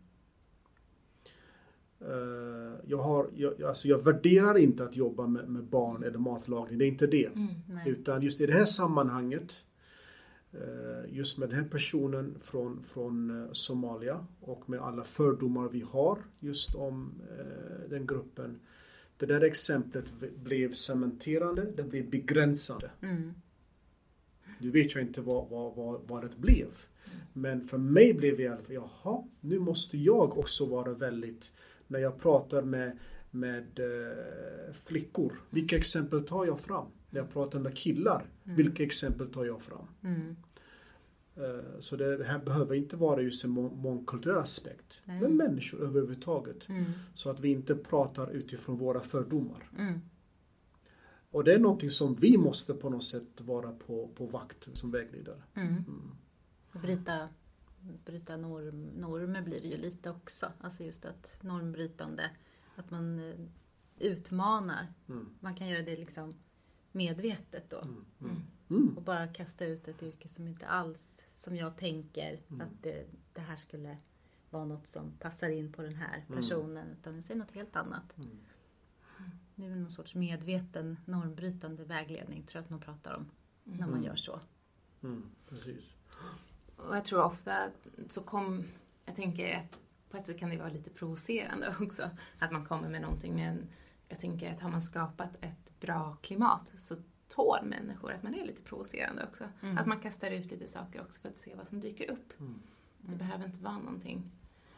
Speaker 1: Uh, jag, har, jag, alltså jag värderar inte att jobba med, med barn eller matlagning, det är inte det. Mm, utan just i det här sammanhanget, uh, just med den här personen från, från uh, Somalia och med alla fördomar vi har just om uh, den gruppen. Det där exemplet blev cementerande, det blev begränsande. Mm. Du vet ju inte vad, vad, vad, vad det blev. Mm. Men för mig blev det i alla fall, jaha, nu måste jag också vara väldigt, när jag pratar med, med eh, flickor, vilka exempel tar jag fram? När jag pratar med killar, mm. vilka exempel tar jag fram? Mm. Uh, så det, det här behöver inte vara just en må- mångkulturell aspekt. Mm. Men människor överhuvudtaget. Mm. Så att vi inte pratar utifrån våra fördomar. Mm. Och det är någonting som vi måste på något sätt vara på, på vakt som vägledare.
Speaker 3: Mm. Mm. Och bryta, bryta norm, normer blir det ju lite också. Alltså just att normbrytande, att man utmanar. Mm. Man kan göra det liksom medvetet då. Mm. Mm. Mm. Och bara kasta ut ett yrke som inte alls, som jag tänker mm. att det, det här skulle vara något som passar in på den här personen. Mm. Utan det är något helt annat. Mm. Det är väl någon sorts medveten normbrytande vägledning, tror jag att man pratar om mm. när man gör så.
Speaker 1: Mm. Precis.
Speaker 2: Och jag tror ofta så kom, jag tänker att på ett sätt kan det vara lite provocerande också. Att man kommer med någonting, men jag tänker att har man skapat ett bra klimat så tål människor att man är lite provocerande också. Mm. Att man kastar ut lite saker också för att se vad som dyker upp. Mm. Det mm. behöver inte vara någonting.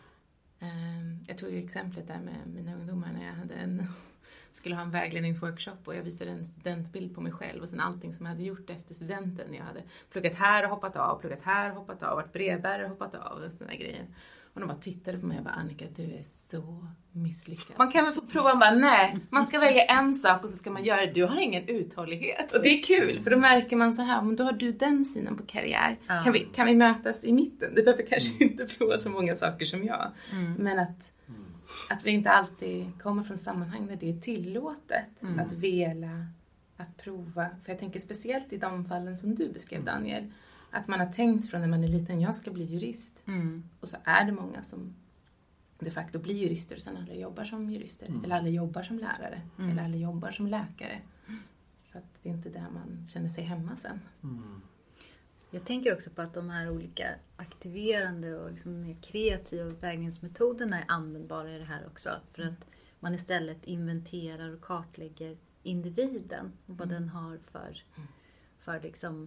Speaker 2: Um, jag tog ju exemplet där med mina ungdomar när jag hade en, skulle ha en vägledningsworkshop och jag visade en studentbild på mig själv och sen allting som jag hade gjort efter studenten. Jag hade pluggat här och hoppat av, pluggat här och hoppat av, varit brevbärare och hoppat av och sådana grejer. Och de bara tittade på mig och bara, Annika, du är så misslyckad. Man kan väl få prova, bara nej, man ska välja en sak och så ska man göra det. Du har ingen uthållighet. Och det är kul, för då märker man så här, men då har du den synen på karriär. Mm. Kan vi, kan vi mötas i mitten? Du behöver kanske mm. inte prova så många saker som jag. Mm. Men att, mm. att vi inte alltid kommer från sammanhang där det är tillåtet mm. att vela, att prova. För jag tänker speciellt i de fallen som du beskrev, Daniel. Att man har tänkt från när man är liten, jag ska bli jurist. Mm. Och så är det många som de facto blir jurister och sen aldrig jobbar som jurister. Mm. Eller aldrig jobbar som lärare. Mm. Eller aldrig jobbar som läkare. För att det är inte där man känner sig hemma sen. Mm.
Speaker 3: Jag tänker också på att de här olika aktiverande och liksom mer kreativa vägningsmetoderna är användbara i det här också. För att man istället inventerar och kartlägger individen. Och vad mm. den har för, för liksom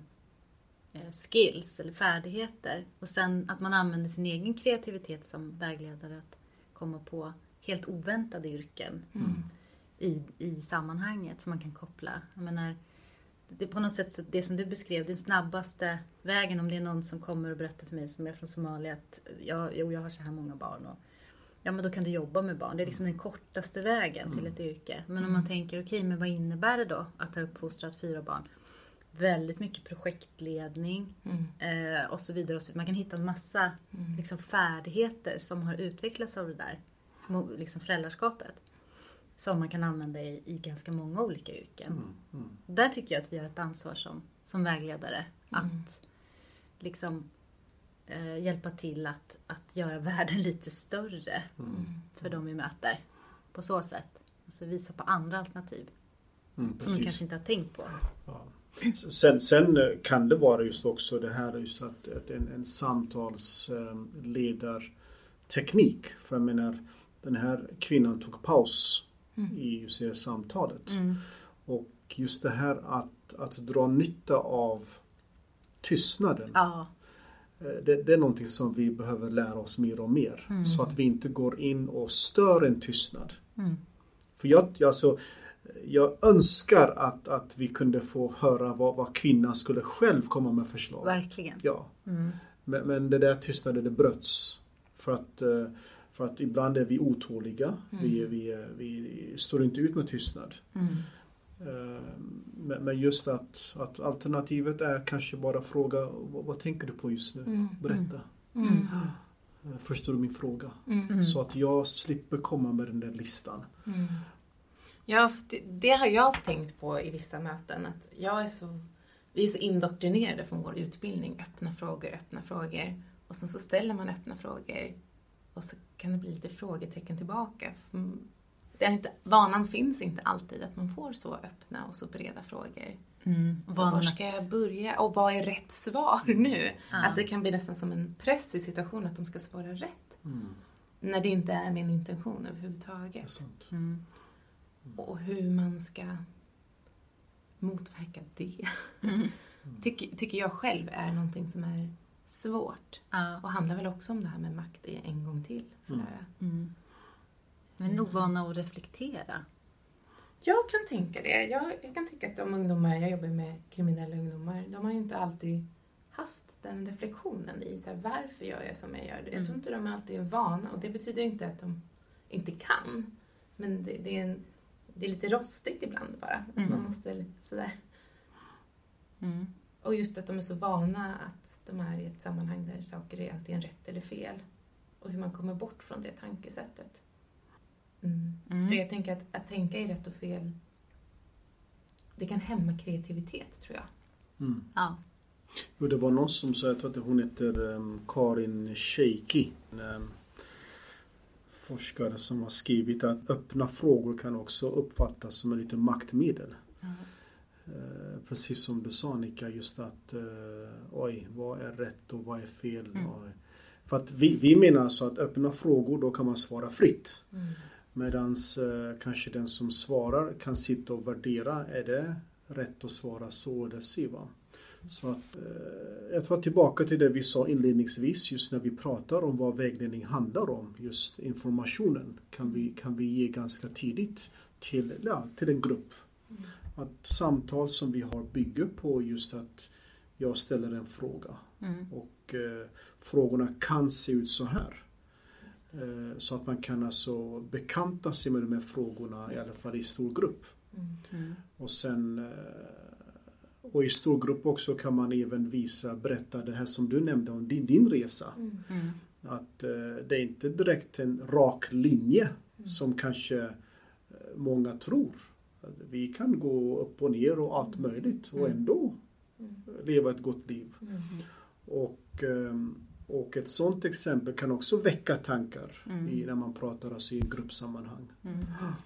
Speaker 3: skills eller färdigheter. Och sen att man använder sin egen kreativitet som vägledare att komma på helt oväntade yrken mm. i, i sammanhanget som man kan koppla. Jag menar, det är på något sätt det som du beskrev, den snabbaste vägen, om det är någon som kommer och berättar för mig som är från Somalia att jag, jo, jag har så här många barn och ja, men då kan du jobba med barn. Det är liksom den kortaste vägen mm. till ett yrke. Men om man tänker, okej, okay, men vad innebär det då att ha uppfostrat fyra barn? Väldigt mycket projektledning mm. eh, och så vidare. Och så, man kan hitta en massa mm. liksom, färdigheter som har utvecklats av det där liksom föräldraskapet. Som man kan använda i, i ganska många olika yrken. Mm. Mm. Där tycker jag att vi har ett ansvar som, som vägledare. Mm. Att liksom, eh, hjälpa till att, att göra världen lite större mm. för de vi möter. På så sätt. Alltså visa på andra alternativ. Mm, som vi kanske inte har tänkt på.
Speaker 1: Ja. Sen, sen kan det vara just också det här just att, att en, en samtalsledarteknik. För jag menar, den här kvinnan tog paus mm. i just det samtalet. Mm. Och just det här att, att dra nytta av tystnaden.
Speaker 3: Ja.
Speaker 1: Det, det är någonting som vi behöver lära oss mer och mer. Mm. Så att vi inte går in och stör en tystnad. Mm. För jag, alltså, jag önskar att, att vi kunde få höra vad, vad kvinnan skulle själv komma med förslag.
Speaker 3: Verkligen.
Speaker 1: Ja.
Speaker 3: Mm.
Speaker 1: Men, men det där tystnaden, det bröts. För att, för att ibland är vi otåliga. Mm. Vi, vi, vi står inte ut med tystnad. Mm. Men just att, att alternativet är kanske bara fråga, vad, vad tänker du på just nu? Mm. Berätta. Mm. Förstår du min fråga? Mm. Så att jag slipper komma med den där listan.
Speaker 2: Mm. Ja, det, det har jag tänkt på i vissa möten. Att jag är så, vi är så indoktrinerade från vår utbildning. Öppna frågor, öppna frågor. Och sen så ställer man öppna frågor. Och så kan det bli lite frågetecken tillbaka. Det är inte, vanan finns inte alltid att man får så öppna och så breda frågor. Mm. Var ska jag börja? Och vad är rätt svar nu? Mm. Att det kan bli nästan som en press i situationen att de ska svara rätt. Mm. När det inte är min intention överhuvudtaget. Mm. Och hur man ska motverka det. Mm. Tycker, tycker jag själv är någonting som är svårt. Mm. Och handlar väl också om det här med makt en gång till. Sådär. Mm.
Speaker 3: Men ovana att reflektera.
Speaker 2: Jag kan tänka det. Jag, jag kan tycka att de ungdomar, jag jobbar med kriminella ungdomar, de har ju inte alltid haft den reflektionen i så här, varför gör jag som jag gör det. Jag tror inte de alltid är vana, och det betyder inte att de inte kan. Men det, det, är, en, det är lite rostigt ibland bara. Mm. Man måste sådär. Mm. Och just att de är så vana att de är i ett sammanhang där saker är antingen rätt eller fel. Och hur man kommer bort från det tankesättet. Mm. Mm. För jag tänker att, att tänka i rätt och fel, det kan hämma kreativitet, tror jag.
Speaker 1: Mm.
Speaker 3: Ja.
Speaker 1: Och det var någon som sa, jag tror att hon heter um, Karin Sheikhi, en um, forskare som har skrivit att öppna frågor kan också uppfattas som en liten maktmedel. Mm. Uh, precis som du sa, Nika, just att uh, oj, vad är rätt och vad är fel? Mm. Och, för att vi, vi menar alltså att öppna frågor, då kan man svara fritt. Mm. Medans eh, kanske den som svarar kan sitta och värdera, är det rätt att svara så eller så, va? Så att eh, jag tar tillbaka till det vi sa inledningsvis, just när vi pratar om vad vägledning handlar om, just informationen kan vi, kan vi ge ganska tidigt till, ja, till en grupp. Mm. Att samtal som vi har bygger på just att jag ställer en fråga. Mm. Och eh, frågorna kan se ut så här. Så att man kan alltså bekanta sig med de här frågorna, i alla fall i stor grupp. Mm. Mm. Och sen och i stor grupp också kan man även visa, berätta det här som du nämnde om din, din resa. Mm. Mm. Att det är inte direkt en rak linje mm. som kanske många tror. Vi kan gå upp och ner och allt möjligt och ändå mm. leva ett gott liv. Mm. Och Och ett sådant exempel kan också väcka tankar mm. i, när man pratar alltså i gruppsammanhang. Mm.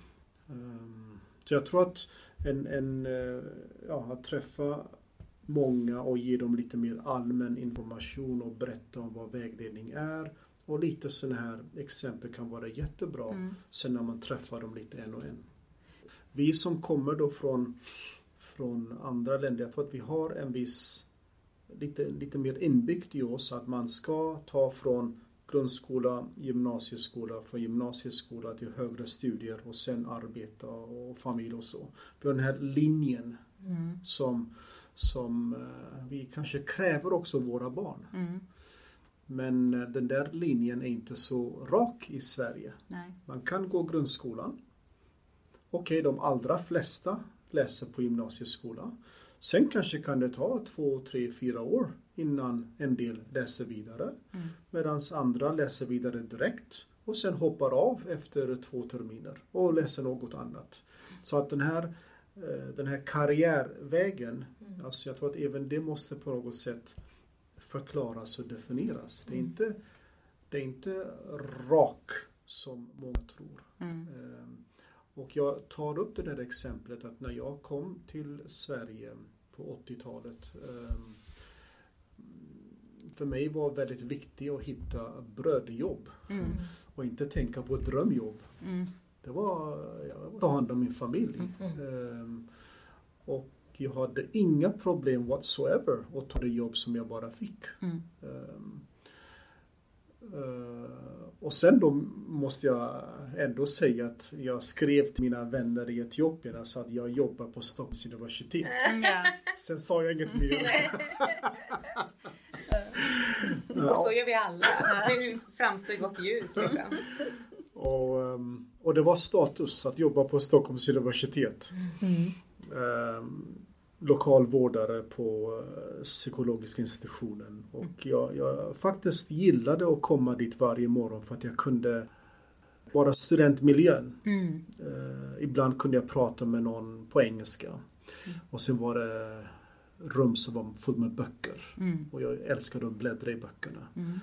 Speaker 1: Um, så jag tror att en, en, ja, att träffa många och ge dem lite mer allmän information och berätta om vad vägledning är. Och lite sådana här exempel kan vara jättebra mm. sen när man träffar dem lite en och en. Vi som kommer då från, från andra länder, jag tror att vi har en viss Lite, lite mer inbyggt i oss att man ska ta från grundskola, gymnasieskola, från gymnasieskola till högre studier och sen arbeta och familj och så. För den här linjen mm. som, som vi kanske kräver också våra barn. Mm. Men den där linjen är inte så rak i Sverige.
Speaker 3: Nej.
Speaker 1: Man kan gå grundskolan. Okej, de allra flesta läser på gymnasieskola. Sen kanske kan det ta två, tre, fyra år innan en del läser vidare. Mm. Medan andra läser vidare direkt och sen hoppar av efter två terminer och läser något annat. Så att den här, den här karriärvägen, mm. alltså jag tror att även det måste på något sätt förklaras och definieras. Mm. Det är inte, det är inte rak som många tror. Mm. Och jag tar upp det där exemplet att när jag kom till Sverige på åttiotalet. För mig var det väldigt viktigt att hitta brödjobb mm. och inte tänka på ett drömjobb. Mm. Det var att ta hand om min familj. Mm. Och jag hade inga problem whatsoever att ta det jobb som jag bara fick. Mm. Um, uh, och sen då måste jag ändå säga att jag skrev till mina vänner i Etiopien så att jag jobbar på Stockholms universitet. Mm. Sen sa jag inget mer.
Speaker 2: Och så gör vi alla. Det framstår gott ljus liksom.
Speaker 1: Och, um, och det var status att jobba på Stockholms universitet. Mm. Um, lokalvårdare på uh, psykologiska institutionen. Och mm. jag, jag faktiskt gillade att komma dit varje morgon för att jag kunde vara studentmiljön. Mm. Uh, ibland kunde jag prata med någon på engelska. Mm. Och sen var det rum som var fullt med böcker. Mm. Och jag älskade att bläddra i böckerna. Mm.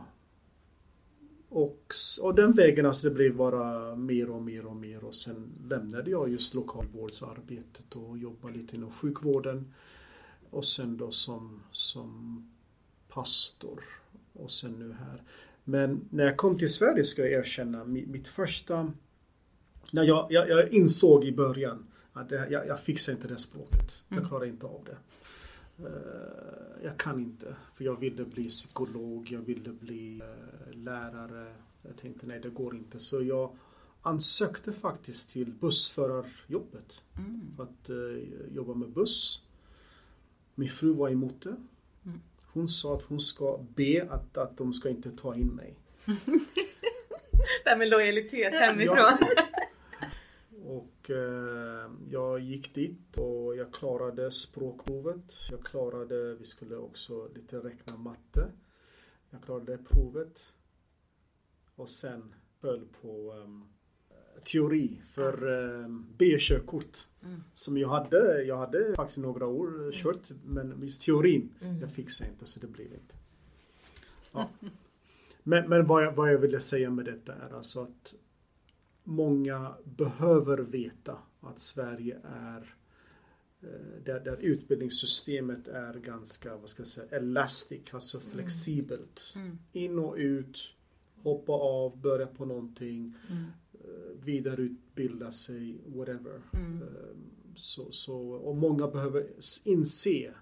Speaker 1: Och, och den vägen alltså det blev bara mer och mer och mer. Och sen lämnade jag just lokalvårdsarbetet och jobbade lite inom sjukvården. Och sen då som, som pastor. Och sen nu här. Men när jag kom till Sverige ska jag erkänna mitt, mitt första... När jag, jag, jag insåg i början att jag, jag fixar inte det språket. Jag klarar inte av det. Uh, jag kan inte. För jag ville bli psykolog. Jag ville bli uh, lärare. Jag tänkte nej, det går inte. Så jag ansökte faktiskt till bussförarjobbet. Mm. För att uh, jobba med buss. Min fru var emot det. Mm. Hon sa att hon ska be att, att de ska inte ta in mig.
Speaker 2: Det här med lojalitet hemifrån. Ja.
Speaker 1: Och eh, jag gick dit och jag klarade språkprovet. Jag klarade, vi skulle också lite räkna matte. Jag klarade provet. Och sen föll på um, teori för um, B-körkort. Mm. Som jag hade, jag hade faktiskt några år mm. kört. Men just teorin, mm. jag fixade inte så det blev inte. Ja. Men, men vad, jag, vad jag ville säga med detta är alltså att många behöver veta att Sverige är där, där utbildningssystemet är ganska, vad ska jag säga, elastic, alltså flexibelt. Mm. In och ut, hoppa av, börja på någonting, mm. vidareutbilda sig, whatever. Mm. Så, så, och många behöver inse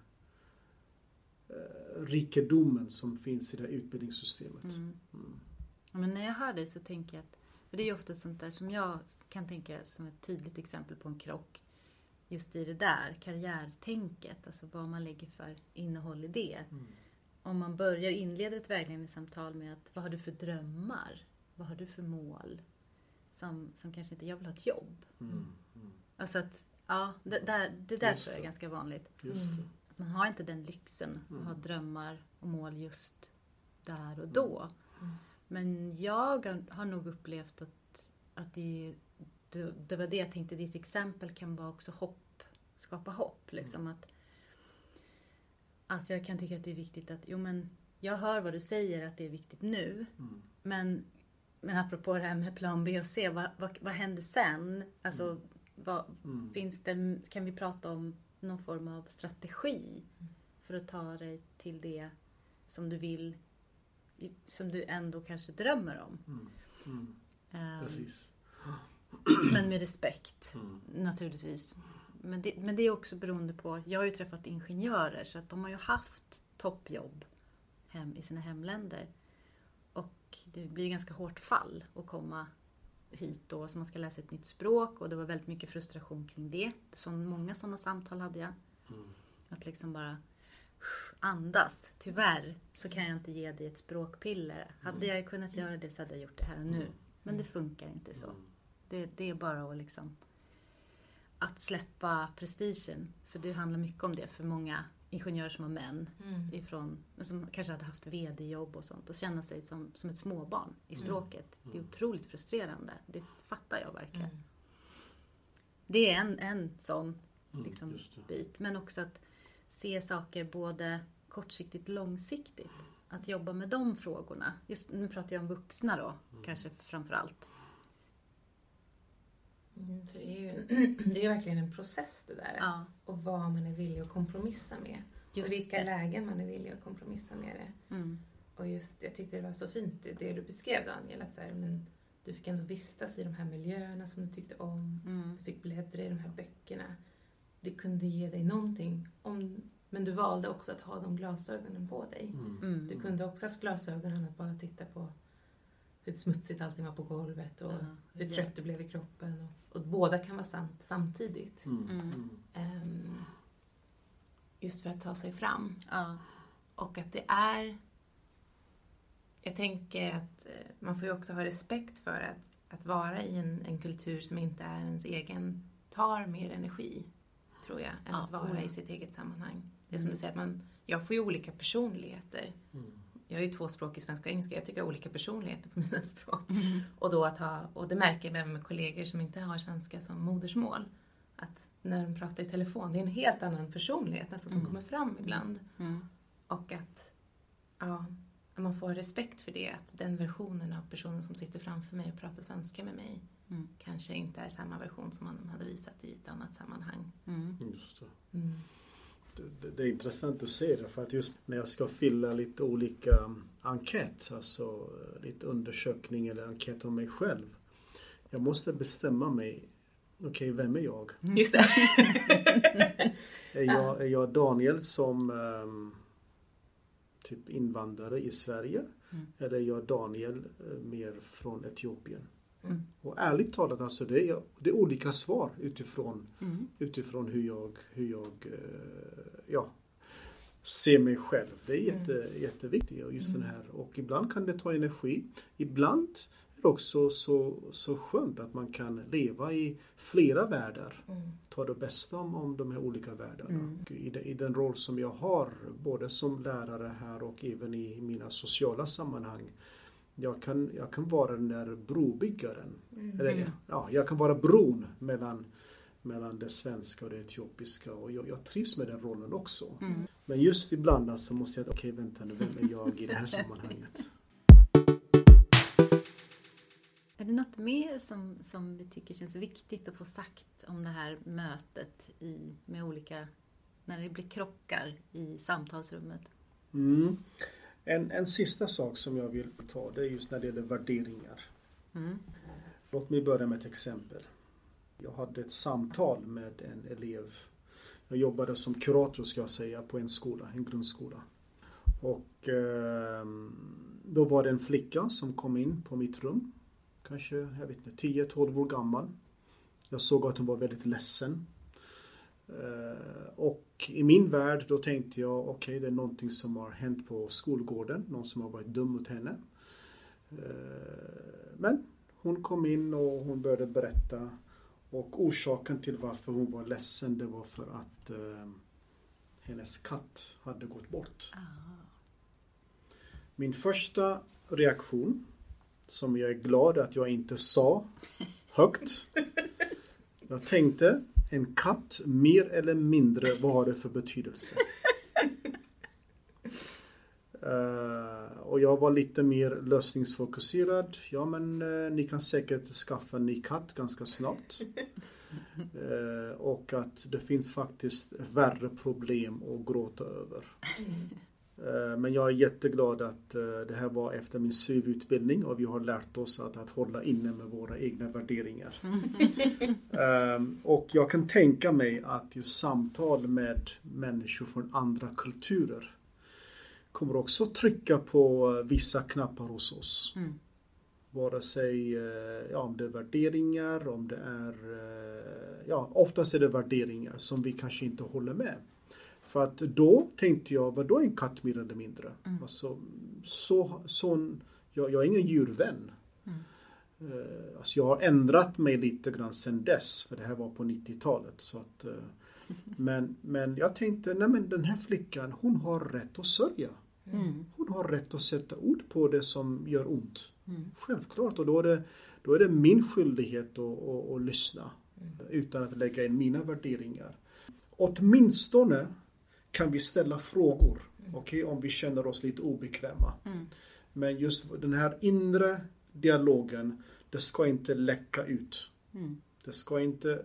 Speaker 1: rikedomen som finns i det här utbildningssystemet. Mm. Mm.
Speaker 3: Ja, men när jag hör det så tänker jag att för det är ju ofta sånt där som jag kan tänka som ett tydligt exempel på en krock. Just i det där, karriärtänket. Alltså vad man lägger för innehåll i det. Mm. Om man börjar inleda ett vägledningssamtal med att vad har du för drömmar? Vad har du för mål? Som, som kanske inte, jag vill ha ett jobb. Mm. Mm. Alltså att, ja, det där, det där tror jag är ganska vanligt. Mm. Att man har inte den lyxen att mm. ha drömmar och mål just där och då. Mm. Men jag har nog upplevt att, att det, det, det var det jag tänkte. Ditt exempel kan vara också hopp. Skapa hopp. Liksom. Mm. Att, att jag kan tycka att det är viktigt att... Jo, men jag hör vad du säger att det är viktigt nu. Mm. Men, men apropå det här med plan B och C. Vad, vad, vad händer sen? Alltså, mm. vad, mm. finns det, kan vi prata om någon form av strategi för att ta dig till det som du vill... som du ändå kanske drömmer om. Mm. Mm. Um, Precis. Men med respekt, mm. naturligtvis. Men det, men det är också beroende på, jag har ju träffat ingenjörer så att de har ju haft toppjobb hem, i sina hemländer. Och det blir ganska hårt fall att komma hit då, så man ska läsa ett nytt språk och det var väldigt mycket frustration kring det. Så många sådana samtal hade jag. Mm. Att liksom bara andas. Tyvärr så kan jag inte ge dig ett språkpiller. Hade jag kunnat göra det så hade jag gjort det här och nu. Men det funkar inte så. Det, det är bara att liksom att släppa prestigen. För det handlar mycket om det för många ingenjörer som har män mm. ifrån, som kanske hade haft vd-jobb och sånt och känna sig som, som ett småbarn i språket. Mm. Det är otroligt frustrerande. Det fattar jag verkligen. Mm. Det är en, en sån liksom, mm, bit. Men också att se saker både kortsiktigt och långsiktigt. Att jobba med de frågorna. Just nu pratar jag om vuxna då, mm. kanske framförallt.
Speaker 2: Mm. för det är ju det är verkligen en process det där.
Speaker 3: Ja.
Speaker 2: Och vad man är villig att kompromissa med.
Speaker 3: Just
Speaker 2: och vilka
Speaker 3: det.
Speaker 2: lägen man är villig att kompromissa med det.
Speaker 3: Mm.
Speaker 2: Och just, jag tyckte det var så fint det, det du beskrev, Daniel. Att så här, men du fick ändå vistas i de här miljöerna som du tyckte om.
Speaker 3: Mm.
Speaker 2: Du fick bläddra i de här böckerna. Det kunde ge dig någonting. Om, men du valde också att ha de glasögonen på dig.
Speaker 1: Mm.
Speaker 3: Mm.
Speaker 2: Du kunde också haft glasögonen att bara titta på hur smutsigt allting var på golvet. Och
Speaker 3: Ja,
Speaker 2: hur
Speaker 3: ja.
Speaker 2: trött du blev i kroppen. Och, och båda kan vara sant samtidigt.
Speaker 1: Mm.
Speaker 3: Mm.
Speaker 1: Mm.
Speaker 2: Um, just för att ta sig fram.
Speaker 3: Ja.
Speaker 2: Och att det är... Jag tänker att eh, man får ju också ha respekt för att, att vara i en, en kultur som inte är ens egen tar mer energi, tror jag, än
Speaker 3: Ja,
Speaker 2: att vara
Speaker 3: oh ja.
Speaker 2: i sitt eget sammanhang. Det är som
Speaker 3: Mm.
Speaker 2: du säger, att man, jag får ju olika personligheter.
Speaker 1: Mm.
Speaker 2: Jag har ju två språk i svenska och engelska. Jag tycker jag har olika personligheter på mina språk.
Speaker 3: Mm.
Speaker 2: Och, då att ha, och det märker jag även med kollegor som inte har svenska som modersmål. Att när de pratar i telefon, det är en helt annan personlighet nästan som
Speaker 1: Mm.
Speaker 2: kommer fram ibland.
Speaker 3: Mm.
Speaker 2: Och att ja, man får respekt för det. Att den versionen av personen som sitter framför mig och pratar svenska med mig
Speaker 3: Mm. kanske
Speaker 2: kanske inte är samma version som man hade visat i ett annat sammanhang.
Speaker 3: Mm.
Speaker 1: Just det.
Speaker 2: Mm.
Speaker 1: Det, det, det är intressant att se det, för att just när jag ska fylla lite olika enkät, alltså lite undersökning eller enkät om mig själv. Jag måste bestämma mig, okej, okay, vem är jag?
Speaker 2: Just det.
Speaker 1: Är jag, är jag Daniel som um, typ invandrare i Sverige?
Speaker 3: Mm.
Speaker 1: Eller är jag Daniel uh, mer från Etiopien?
Speaker 3: Mm.
Speaker 1: Och ärligt talat, alltså det är, det är olika svar utifrån,
Speaker 3: Mm.
Speaker 1: utifrån hur jag, hur jag uh, ja, ser mig själv. Det är jätte, mm. jätteviktigt. Och, just
Speaker 2: Mm.
Speaker 1: den här. Och ibland kan det ta energi. Ibland är det också så, så skönt att man kan leva i flera världar.
Speaker 2: Mm.
Speaker 1: Ta det bästa om, om de här olika världarna.
Speaker 3: Mm.
Speaker 1: Och I, den, I den roll som jag har, både som lärare här och även i mina sociala sammanhang. Jag kan, jag kan vara den där brobyggaren.
Speaker 2: Mm.
Speaker 1: Eller, ja, jag kan vara bron mellan, mellan det svenska och det etiopiska. Och jag, jag trivs med den rollen också.
Speaker 3: Mm.
Speaker 1: Men just ibland alltså måste jag, okej okay, vänta nu, vem är jag i det här sammanhanget?
Speaker 3: Är det något mer som, som vi tycker känns viktigt att få sagt om det här mötet i, med olika, när det blir krockar i samtalsrummet?
Speaker 1: Mm. En, en sista sak som jag vill ta, det är just när det gäller värderingar.
Speaker 3: Mm.
Speaker 1: Låt mig börja med ett exempel. Jag hade ett samtal med en elev. Jag jobbade som kurator, ska jag säga, på en skola, en grundskola. Och eh, då var det en flicka som kom in på mitt rum. Kanske, jag vet inte, tio tolv år gammal. Jag såg att hon var väldigt ledsen. Eh, och i min värld då tänkte jag, okej, okay, det är någonting som har hänt på skolgården. Någon som har varit dum mot henne. Eh, men hon kom in och hon började berätta. Och orsaken till varför hon var ledsen, det var för att eh, hennes katt hade gått bort.
Speaker 3: Ah.
Speaker 1: Min första reaktion, som jag är glad att jag inte sa högt. Jag tänkte, en katt mer eller mindre, vad har det för betydelse? Uh, och jag var lite mer lösningsfokuserad. Ja, men uh, ni kan säkert skaffa en ny katt ganska snart. Uh, och att det finns faktiskt värre problem att gråta över. Uh, men jag är jätteglad att uh, det här var efter min S Y V-utbildning och vi har lärt oss att, att hålla inne med våra egna värderingar. uh, och jag kan tänka mig att just samtal med människor från andra kulturer kommer också trycka på vissa knappar hos oss.
Speaker 3: Mm.
Speaker 1: Vare sig ja, om det är värderingar, om det är... Ja, oftast är det värderingar som vi kanske inte håller med. För att då tänkte jag, vad då en katt mer eller mindre?
Speaker 3: Mm.
Speaker 1: Alltså, så, så, jag, jag är ingen djurvän.
Speaker 3: Mm.
Speaker 1: Uh, alltså jag har ändrat mig lite grann sedan dess, för det här var på nittiotalet. Så att, uh, men, men jag tänkte, nej men den här flickan, hon har rätt att sörja.
Speaker 3: Mm.
Speaker 1: Hon har rätt att sätta ord på det som gör ont.
Speaker 3: Mm.
Speaker 1: Självklart. Och då är det, då är det min skyldighet att, att, att lyssna.
Speaker 2: Mm.
Speaker 1: Utan att lägga in mina värderingar. Åtminstone kan vi ställa frågor.
Speaker 2: Mm.
Speaker 1: Okej, okay, om vi känner oss lite obekväma.
Speaker 3: Mm.
Speaker 1: Men just den här inre dialogen, det ska inte läcka ut.
Speaker 3: Mm.
Speaker 1: Det ska inte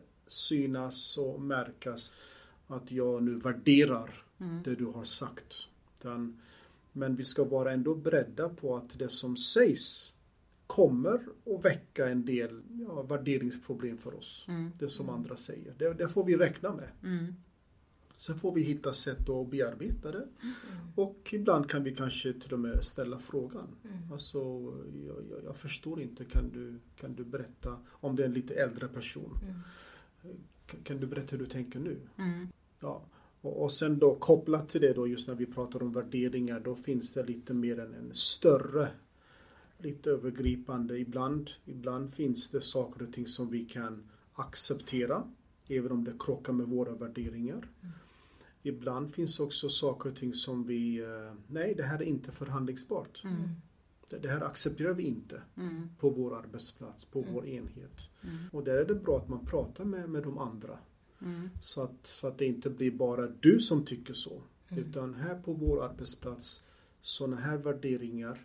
Speaker 1: synas och märkas att jag nu värderar mm. det du har sagt. Utan, men vi ska vara ändå beredda på att det som sägs kommer att väcka en del ja, värderingsproblem för oss. Mm. Det som andra säger. Det, det får vi räkna med. Mm. Sen får vi hitta sätt att bearbeta det. Mm. Och ibland kan vi kanske till och med ställa frågan. Mm. Alltså, jag, jag, jag förstår inte. Kan du, kan du berätta om det är en lite äldre person? Mm. Kan, kan du berätta hur du tänker nu? Mm. Ja. Och, och sen då kopplat till det då just när vi pratar om värderingar. Då finns det lite mer än en större lite övergripande. Ibland, ibland finns det saker och ting som vi kan acceptera. Även om det krockar med våra värderingar. Mm. Ibland finns också saker och ting som vi, nej det här är inte förhandlingsbart. Mm. Det, det här accepterar vi inte mm. på vår arbetsplats, på mm. vår enhet. Mm. Och där är det bra att man pratar med, med de andra. Mm. Så att, för att det inte blir bara du som tycker så. Mm. Utan här på vår arbetsplats, sådana här värderingar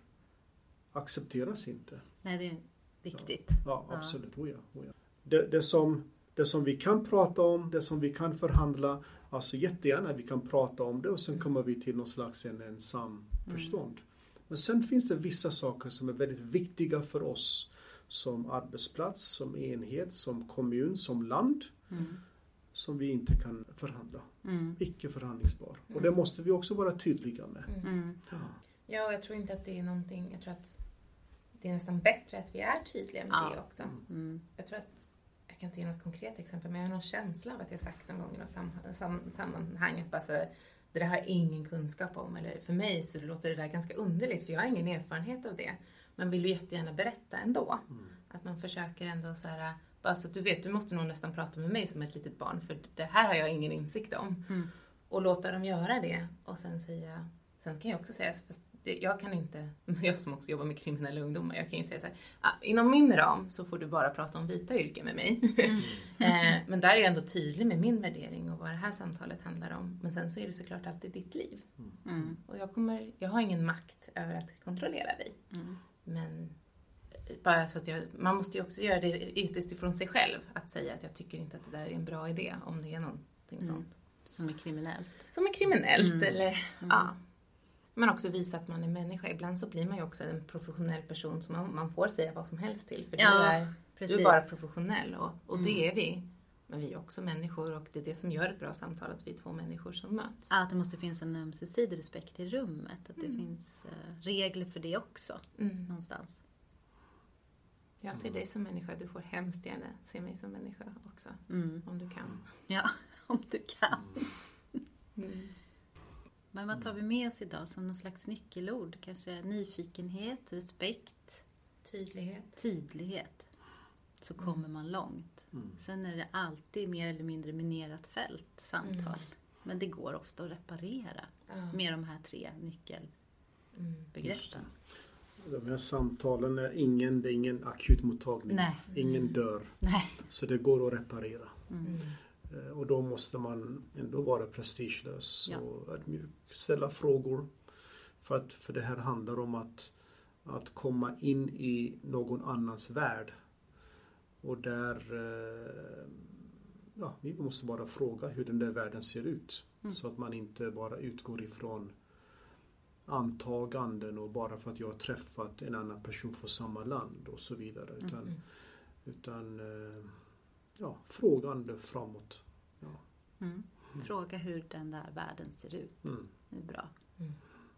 Speaker 1: accepteras inte.
Speaker 3: Nej, det är viktigt.
Speaker 1: Ja, ja absolut. Ja. Oh ja, oh ja. Det, det, som, det som vi kan prata om, det som vi kan förhandla, alltså jättegärna vi kan prata om det och sen kommer vi till någon slags en, en samförstånd. Mm. Men sen finns det vissa saker som är väldigt viktiga för oss som arbetsplats, som enhet, som kommun, som land. Mm. Som vi inte kan förhandla. Mm. Icke förhandlingsbar. Mm. Och det måste vi också vara tydliga med.
Speaker 2: Mm. Ja. Ja, jag tror inte att det är någonting, jag tror att det är nästan bättre att vi är tydliga med ja. det också. Mm. Jag tror att, jag kan inte ge något konkret exempel, men jag har någon känsla av att jag sagt någon gång i något sam, sam, sammanhang bara så där, det där har jag ingen kunskap om. Eller för mig så låter det där ganska underligt, för jag har ingen erfarenhet av det. Men vill du jättegärna berätta ändå. Mm. Att man försöker ändå så här, bara så att du vet, du måste nog nästan prata med mig som ett litet barn, för det här har jag ingen insikt om. Mm. Och låta dem göra det och sen säga, sen kan jag också säga, fast jag kan inte, jag som också jobbar med kriminella ungdomar, jag kan ju säga så här, ah, inom min ram så får du bara prata om vita yrken med mig. Mm. eh, men där är jag ändå tydlig med min värdering och vad det här samtalet handlar om. Men sen så är det såklart alltid ditt liv. Mm. Och jag kommer, jag har ingen makt över att kontrollera dig. Mm. Men bara så att jag, man måste ju också göra det etiskt ifrån sig själv. Att säga att jag tycker inte att det där är en bra idé, om det är någonting mm. sånt.
Speaker 3: Som är kriminellt.
Speaker 2: Som är kriminellt, mm. eller mm. ja. Men också visa att man är människa. Ibland så blir man ju också en professionell person som man, man får säga vad som helst till. För ja, du, är, du är bara professionell och, och mm. det är vi. Men vi är också människor och det är det som gör ett bra samtal, att vi är två människor som möts.
Speaker 3: Ja, att det måste finnas en ömsesidig respekt i rummet. Att det mm. finns uh, regler för det också, mm. någonstans.
Speaker 2: Jag ser dig som människa, du får hemskt gärna se mig som människa också. Mm. Om du kan.
Speaker 3: Ja, om du kan. Mm. Men vad tar vi med oss idag som någon slags nyckelord? Kanske nyfikenhet, respekt,
Speaker 2: tydlighet.
Speaker 3: Tydlighet. Så kommer mm. man långt. Mm. Sen är det alltid mer eller mindre minerat fält, samtal. Mm. Men det går ofta att reparera ja. med de här tre nyckelbegreppen.
Speaker 1: De här samtalen är ingen, det är ingen akutmottagning. Nej. Ingen dör.
Speaker 3: Nej.
Speaker 1: Så det går att reparera.
Speaker 3: Mm.
Speaker 1: Och då måste man ändå vara prestigelös ja. och ödmjuk. Ställa frågor. För att för det här handlar om att, att komma in i någon annans värld. Och där ja, vi måste bara fråga hur den där världen ser ut. Mm. Så att man inte bara utgår ifrån antaganden och bara för att jag har träffat en annan person från samma land och så vidare. Utan, mm. utan ja, frågande framåt. Ja.
Speaker 3: Mm. Fråga hur den där världen ser ut. Mm. Det är bra. Mm.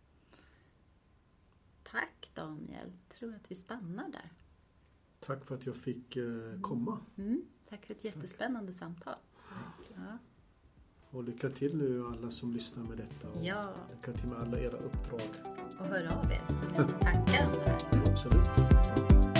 Speaker 3: Tack Daniel. Jag tror att vi stannar där.
Speaker 1: Tack för att jag fick eh, komma.
Speaker 3: Mm. Tack för ett jättespännande Tack. samtal. Ja.
Speaker 1: Och lycka till nu alla som lyssnar med detta. Och
Speaker 3: ja.
Speaker 1: lycka till med alla era uppdrag.
Speaker 3: Och hör av er. Tackar om det här.
Speaker 1: Absolut.